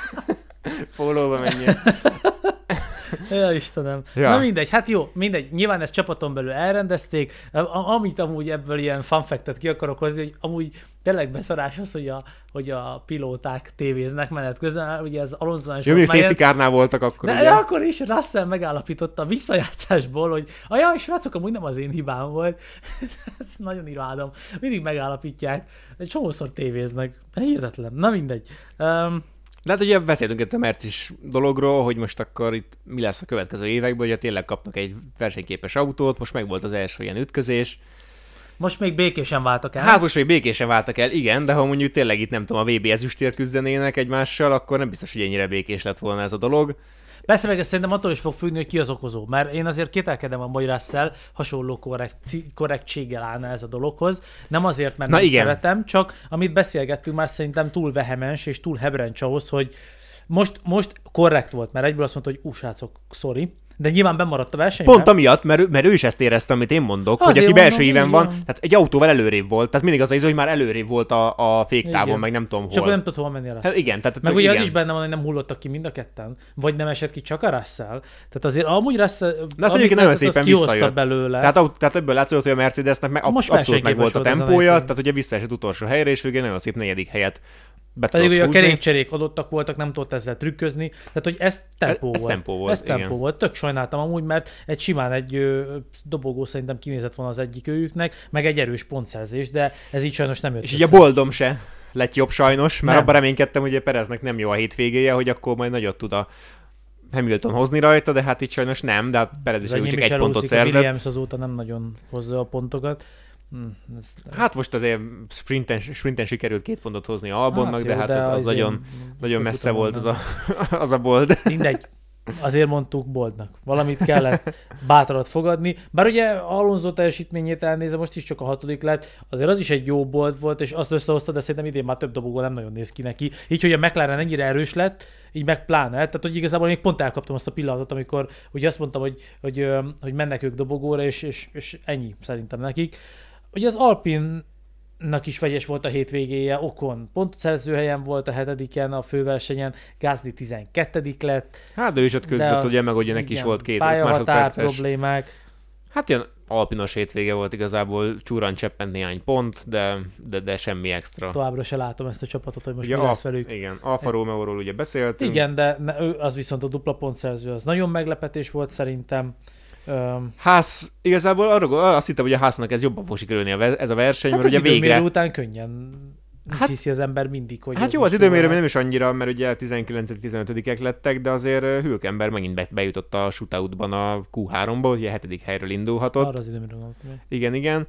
Pólóba menjen. Ja, Istenem. Ja. Na mindegy, hát jó, mindegy. Nyilván ezt csapaton belül elrendezték. Amit amúgy ebből ilyen fun fact-et ki akarok hozni, hogy amúgy tényleg beszarás az, hogy a, hogy a pilóták tévéznek menet közben. Ugye ez Alonso-nál is jó, még safety car-nál voltak akkor. De, de akkor is Russell megállapította a visszajátszásból, hogy a jaj, srácok, amúgy nem az én hibám volt. Ezt nagyon imádom. Mindig megállapítják. Egy csomószor tévéznek. Hihetetlen. Na mindegy. Um, De hát ugye beszéltünk itt a Mercis dologról, hogy most akkor itt mi lesz a következő években, hogy tényleg kapnak egy versenyképes autót, most meg volt az első ilyen ütközés. Most még békésen váltak el. Hát most még békésen váltak el, igen, de ha mondjuk tényleg itt nem tudom, a vé bé ezüstért küzdenének egymással, akkor nem biztos, hogy ennyire békés lett volna ez a dolog. Persze meg ezt szerintem attól is fog függni, hogy ki az okozó, mert én azért kételkedem a Russell hasonló korrekci- korrektséggel állna ez a dologhoz. Nem azért, mert Na nem igen. szeretem, csak amit beszélgettünk már szerintem túl vehemens és túl hebrencs ahhoz, hogy most, most korrekt volt, mert egyből azt mondta, hogy ú, srácok, sorry. De nyilván bemaradt a versenyben. Pont amiatt, mert, ő- mert ő is ezt érezte, amit én mondok, Azért hogy aki belső mondom, íven van, igen. tehát egy autóval előrébb volt, tehát mindig az az, hogy már előrébb volt a, a féktávon, Igen. meg nem tudom hol. Csak nem tudott hova menni a Russell. Hát igen, tehát Meg ugye igen. az is benne van, hogy nem hullottak ki mind a ketten, vagy nem esett ki csak a Russell. Tehát azért amúgy Russell, De azt egyébként nagyon szépen visszajött. belőle. Tehát, a- tehát ebből látszott, hogy a Mercedesnek meg, Most abszolút meg volt a versenyképes volt tempója, ezen a tehát ugye visszaesett utolsó helyre, és végül nagyon szép negyedik helyet be Pedig tudott ugye a húzni. kerékcserék adottak voltak, nem tudott ezzel trükközni. Tehát, hogy ez tempó Ez- ez volt. tempó volt, Ez tempó igen. volt. Tök sajnáltam amúgy, mert egy simán egy ö, dobogó szerintem kinézett volna az egyik őjüknek, meg egy erős pontszerzés, de ez így sajnos nem jött És össze. így a boldom se lett jobb sajnos, mert Nem. abban reménykedtem, hogy a Pereznek nem jó a hétvégéje, hogy akkor majd nagyot tud a Hamilton hozni rajta, de hát itt sajnos nem, de hát Perez is Az úgy enyém csak is egy pontot elúszik, a szerzett. Williams azóta nem nagyon hozza a pontokat. Hm, ez... Hát most azért sprinten, sprinten sikerült két pontot hozni a Albonnak, Hát de jó, hát de az, az azért nagyon, nagyon messze volt az fölfutamon a, az a bold. Mindegy. Azért mondtuk boldnak. Valamit kellett bátorat fogadni. Bár ugye Alonso teljesítményét elnézve, most is csak a hatodik lett, azért az is egy jó bold volt, és azt összehozta, de szerintem idén már több dobogó nem nagyon néz ki neki. Így, hogy a McLaren ennyire erős lett, így meg pláne. Tehát, hogy igazából még pont elkaptam azt a pillanatot, amikor ugye azt mondtam, hogy, hogy, hogy, hogy mennek ők dobogóra, és, és, és ennyi szerintem nekik. Ugye az Alpine nak is vegyes volt a hétvégéje, Ocon pontszerző helyen volt a hetediken a főversenyen, Gasly tizenkettedik lett. Hát ő is ott küzdött, ugye meg ugye neki is volt két másodperces. Problémák. Hát ilyen alpinos hétvége volt igazából, csúran cseppent néhány pont, de, de, de semmi extra. Továbbra se látom ezt a csapatot, hogy most ugye mi lesz Alf, velük. Igen, Alfa Romeo-ról ugye beszéltünk. Igen, de ne, ő az viszont a dupla pontszerző, az nagyon meglepetés volt szerintem. Um, Ház, igazából arra, azt hittem, hogy a Háznak ez jobban fog sikerülni ez a verseny, hát mert az ugye végre... után könnyen hát, hiszi az ember mindig, hogy... Hát jó, az időmérőben nem is annyira, mert ugye tizenkilencedik-tizenötödikek lettek, de azért Hülkenberg megint bejutott a shootoutban a kú háromba, ugye a hetedik helyről indulhatott. Arra az időmérőben gondoltam. Igen, igen.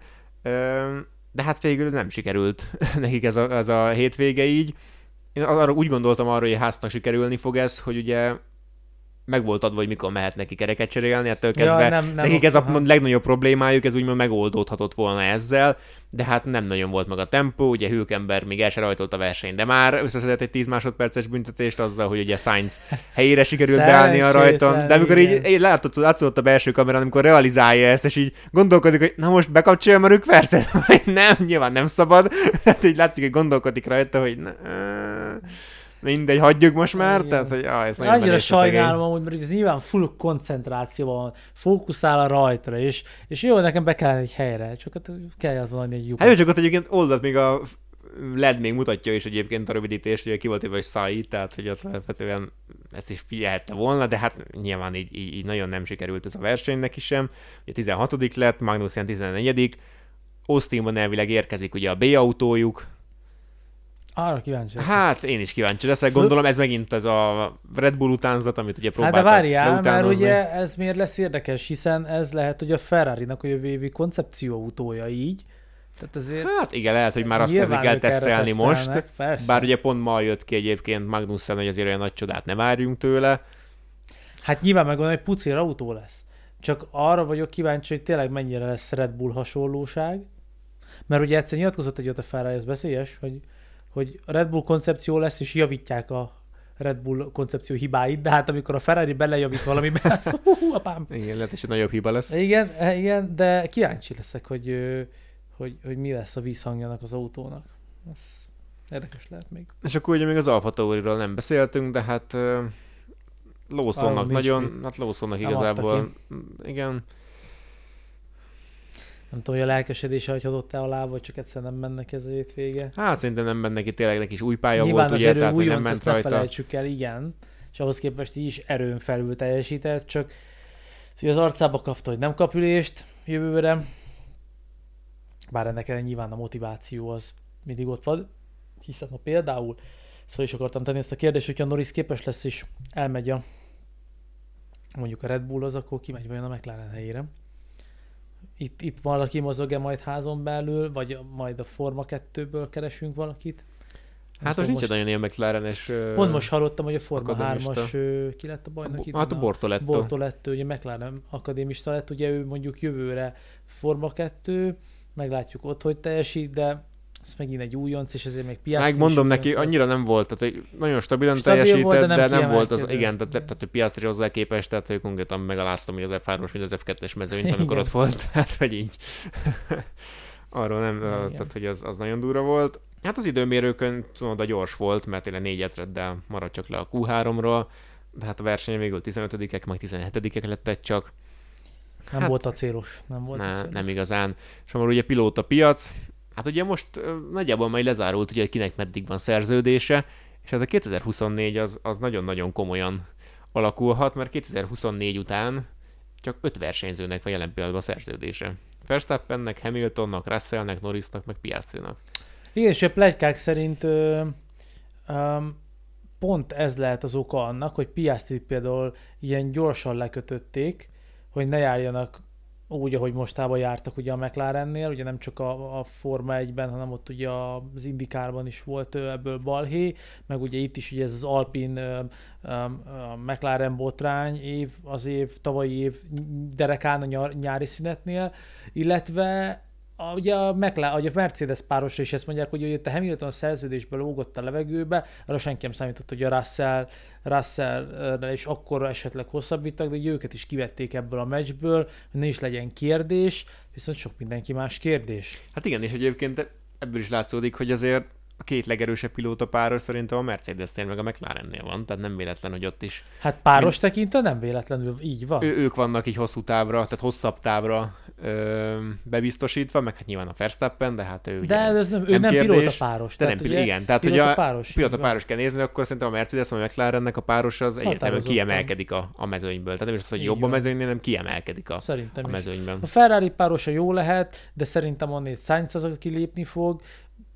De hát végül nem sikerült nekik ez a, ez a hétvége így. Én arra úgy gondoltam arra, hogy a Haasnak sikerülni fog ez, hogy ugye meg volt adva, hogy mikor mehet neki kereket cserélni, ettől kezdve ja, nem, nem nekik ez a ha. legnagyobb problémájuk, ez úgymond megoldódhatott volna ezzel, de hát nem nagyon volt meg a tempó, ugye Hülkenberg még el se rajtolt a versenyt, de már összeszedett egy tíz másodperces büntetést azzal, hogy ugye Sainz helyére sikerült beállni a rajton, de amikor így, így látszott, látszott a belső kamerán, amikor realizálja ezt, és így gondolkodik, hogy na most bekapcsolja a rükvercet, nem, nyilván nem szabad, hát így látszik, hogy gondolkodik rajta, hogy na, mindegy, hagyjuk most már, igen. Tehát, hogy ah, ez nagyon annyira sajnálom amúgy, mert ez nyilván full koncentrációban van, fókuszál a rajtra, és, és jó, nekem be kellene egy helyre, csak hát kellett volna egy lyukat. Hát csak ott egyébként oldalt még a led még mutatja is egyébként a rövidítést, hogy ki volt éve, hogy Sai, tehát hogy ott alapvetően ezt is figyelhette volna, de hát nyilván így, így, így nagyon nem sikerült ez a versenynek is sem. Ugye tizenhatodik lett, Magnussen tizennegyedik Austinban elvileg érkezik ugye a B-autójuk. Arra kíváncsi leszek. Hát én is kíváncsi leszek, gondolom ez megint ez a Red Bull utánzat, amit ugye próbáltak hát de várjál, mert ugye ez miért lesz érdekes, hiszen ez lehet, hogy a Ferrari-nak a jövő évi koncepcióautója így. Tehát azért hát igen, lehet, hogy már azt kezdik el tesztelni most. Persze. Bár ugye pont ma jött ki egyébként Magnussen, hogy azért olyan nagy csodát ne várjunk tőle. Hát nyilván megmondom, hogy pucér autó lesz. Csak arra vagyok kíváncsi, hogy tényleg mennyire lesz Red Bull hasonlóság. Mert ugye egyszer nyilatkozott egy ott a Ferrari, ez veszélyes, hogy hogy a Red Bull koncepció lesz, és javítják a Red Bull koncepció hibáit, de hát amikor a Ferrari belejavít valamiben, hú, apám. Igen, lehet, hogy nagyobb hiba lesz. Igen, igen, de kíváncsi leszek, hogy, hogy, hogy mi lesz a vízhangjának az autónak. Ez érdekes lehet még. És akkor ugye még az Alfa Tauriról nem beszéltünk, de hát Lawsonnak ah, nagyon, mit. hát Lawsonnak igazából, igen. Nem tudom, hogy a lelkesedése, hogy adott-e a lába, vagy csak egyszerűen nem mennek ez a hétvége. Hát szerintem nem ment neki, tényleg neki is új pálya nyilván volt, ugye, tehát nem ment rajta. Ne felejtsük el, igen. És ahhoz képest így is erőn felül teljesített, csak hogy az arcába kapta, hogy nem kap ülést jövőre. Bár ennek ellen nyilván a motiváció az mindig ott van, hiszen ha például, szóval is akartam tenni ezt a kérdést, hogyha Norris képes lesz és elmegy a mondjuk a Red Bullhoz, akkor kimegy vajon a McLaren helyére. Itt, itt valaki mozog-e majd házon belül, vagy majd a Forma kettőből keresünk valakit? Hát most nincs nagyon ilyen McLaren-es pont most hallottam, hogy a Forma hármas ki lett a bajnok itt? Hát a Bortoletto. Bortoletto, ugye McLaren akadémista lett, ugye ő mondjuk jövőre Forma kettő, meglátjuk ott, hogy teljesít, de ez megint egy újonc, és ezért még Piastri. Megmondom neki, annyira nem volt, tehát hogy nagyon stabilan Stabil teljesített, volt, de nem, de nem volt az, igen, tehát, tehát hogy Piastri hozzá képest, tehát hogy konkrétan megaláztam, hogy az ef hármas, mint az ef kettes mezőnyt, amikor ott volt, hát hogy így. Arról nem, igen. Tehát hogy az, az nagyon durva volt. Hát az időmérőkön oda gyors volt, mert tényleg négyezreddel maradt csak le a kú háromról, de hát a versenyen végül tizenötödikek, majd tizenhetedikek lettek csak. Nem hát, volt a célos. Nem volt ne, a célos. Nem igazán. És akkor ugye pilóta piac, hát ugye most nagyjából majd lezárult, ugye, hogy kinek meddig van szerződése, és ez a kétezer-huszonnégy az, az nagyon-nagyon komolyan alakulhat, mert kétezer-huszonnégy után csak öt versenyzőnek van jelen pillanatban a szerződése. Verstappennek, Hamiltonnak, Russellnek, Norrisnak, meg Piastrinak. Igen, és a pletykák szerint ö, ö, pont ez lehet az oka annak, hogy Piastrit például ilyen gyorsan lekötötték, hogy ne járjanak úgy, ahogy mostában jártak ugye a McLarennél, ugye nem csak a, a Forma egyben, hanem ott ugye az IndyCarban is volt ebből balhé, meg ugye itt is ugye ez az Alpine uh, uh, McLaren botrány év, az év, tavalyi év derekán a nyar, nyári szünetnél, illetve a, ugye a, McLaren, a Mercedes párosra is ezt mondják, hogy jött a Hamilton szerződésbe lógott a levegőbe, arra senki nem számított, hogy a Russell, Russell és akkor esetleg hosszabbítak, de őket is kivették ebből a meccsből, hogy ne is legyen kérdés, viszont sok mindenki más kérdés. Hát igen, és egyébként ebből is látszódik, hogy azért a két legerősebb pilóta páros szerintem a Mercedesnél meg a McLarennél van, tehát nem véletlen, hogy ott is. Hát páros mind... tekintve nem véletlenül így van. Ő, ők vannak így hosszú távra, tehát hosszabb távra ö, bebiztosítva, meg hát nyilván a Verstappen, de hát ő de ugye ez nem, ő nem, nem kérdés, pilóta páros. De nem, ugye, igen, tehát pilóta ugye páros, a pilóta páros kell nézni, akkor szerintem a Mercedes, vagy a McLarennek a páros az egyértelműen kiemelkedik a, a mezőnyből. Tehát nem is az, hogy így jobb van. A mezőnynél, nem kiemelkedik a, a mezőnyben. A Ferrari párosa jó lehet, de szerintem onnét Sainz az, aki lépni fog.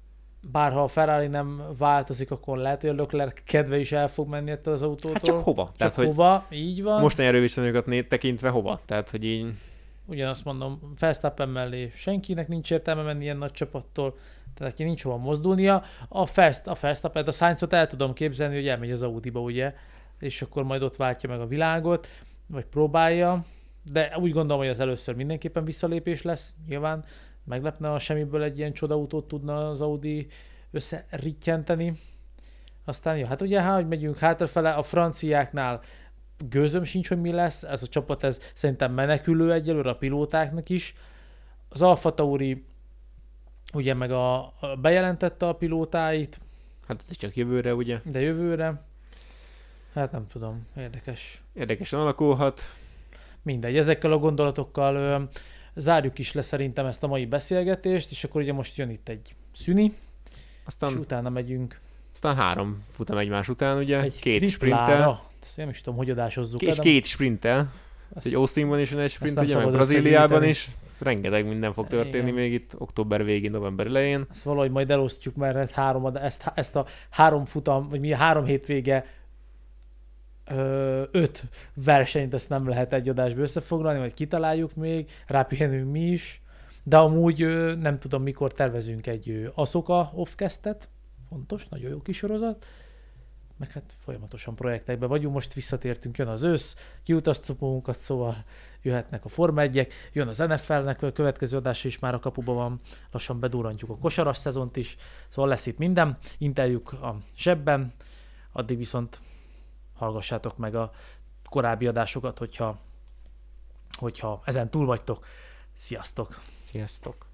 bárha a Ferrari nem változik, akkor lehet, hogy a Leclerc kedve is el fog menni ettől az autótól. Hát csak hova? Csak Tehát, hova, így van. Mostani erőviszonyokat tekintve hova? Tehát, hogy így... Ugyanazt mondom, Verstappen mellé senkinek nincs értelme menni ilyen nagy csapattól, tehát neki nincs hova mozdulnia. A, Verst, a Verstappen, a Sainzot el tudom képzelni, hogy elmegy az Audiba, ugye, és akkor majd ott váltja meg a világot, vagy próbálja, de úgy gondolom, hogy az először mindenképpen visszalépés lesz, nyilván meglepne, ha semmiből egy ilyen csodautót tudna az Audi összerittyenteni. Aztán jó, hát ugye, hát, hogy megyünk hátrafele, a franciáknál gőzöm sincs, hogy mi lesz, ez a csapat ez szerintem menekülő egyelőre a pilótáknak is. Az Alfa Tauri ugye meg a, a bejelentette a pilótáit. Hát ez csak jövőre, ugye? De jövőre. Hát nem tudom, érdekes. Érdekesen alakulhat. Mindegy, ezekkel a gondolatokkal ö, zárjuk is le szerintem ezt a mai beszélgetést, és akkor ugye most jön itt egy szüni, Aztán, és utána megyünk. Aztán három futam egymás után, ugye? Egy két sprinttel. Ezt nem is tudom, hogy adásozzuk. És két sprinttel. Azt, Egy Austinban is egy sprint, ugye, meg szabad Brazíliában is. Rengeteg minden fog történni Igen. még itt október végén, november elején. Ezt valahogy majd elosztjuk, mert három, ad- ezt, ezt a három futam, vagy mi a három hétvége ö, öt versenyt, ezt nem lehet egy adásba összefoglalni, vagy kitaláljuk még, rápihenünk mi is. De amúgy ö, nem tudom, mikor tervezünk egy ö, Asuka Offcast-et. Fontos, nagyon jó kis sorozat. Meg hát folyamatosan projektekben vagyunk, most visszatértünk, jön az ősz, kiutaztuk magunkat, szóval jöhetnek a Forma egyek, jön az en ef el-nek a következő adása is már a kapuban van, lassan bedurrantjuk a kosaras szezont is, szóval lesz itt minden, inteljük a zsebben, addig viszont hallgassátok meg a korábbi adásokat, hogyha, hogyha ezen túl vagytok. Sziasztok! Sziasztok!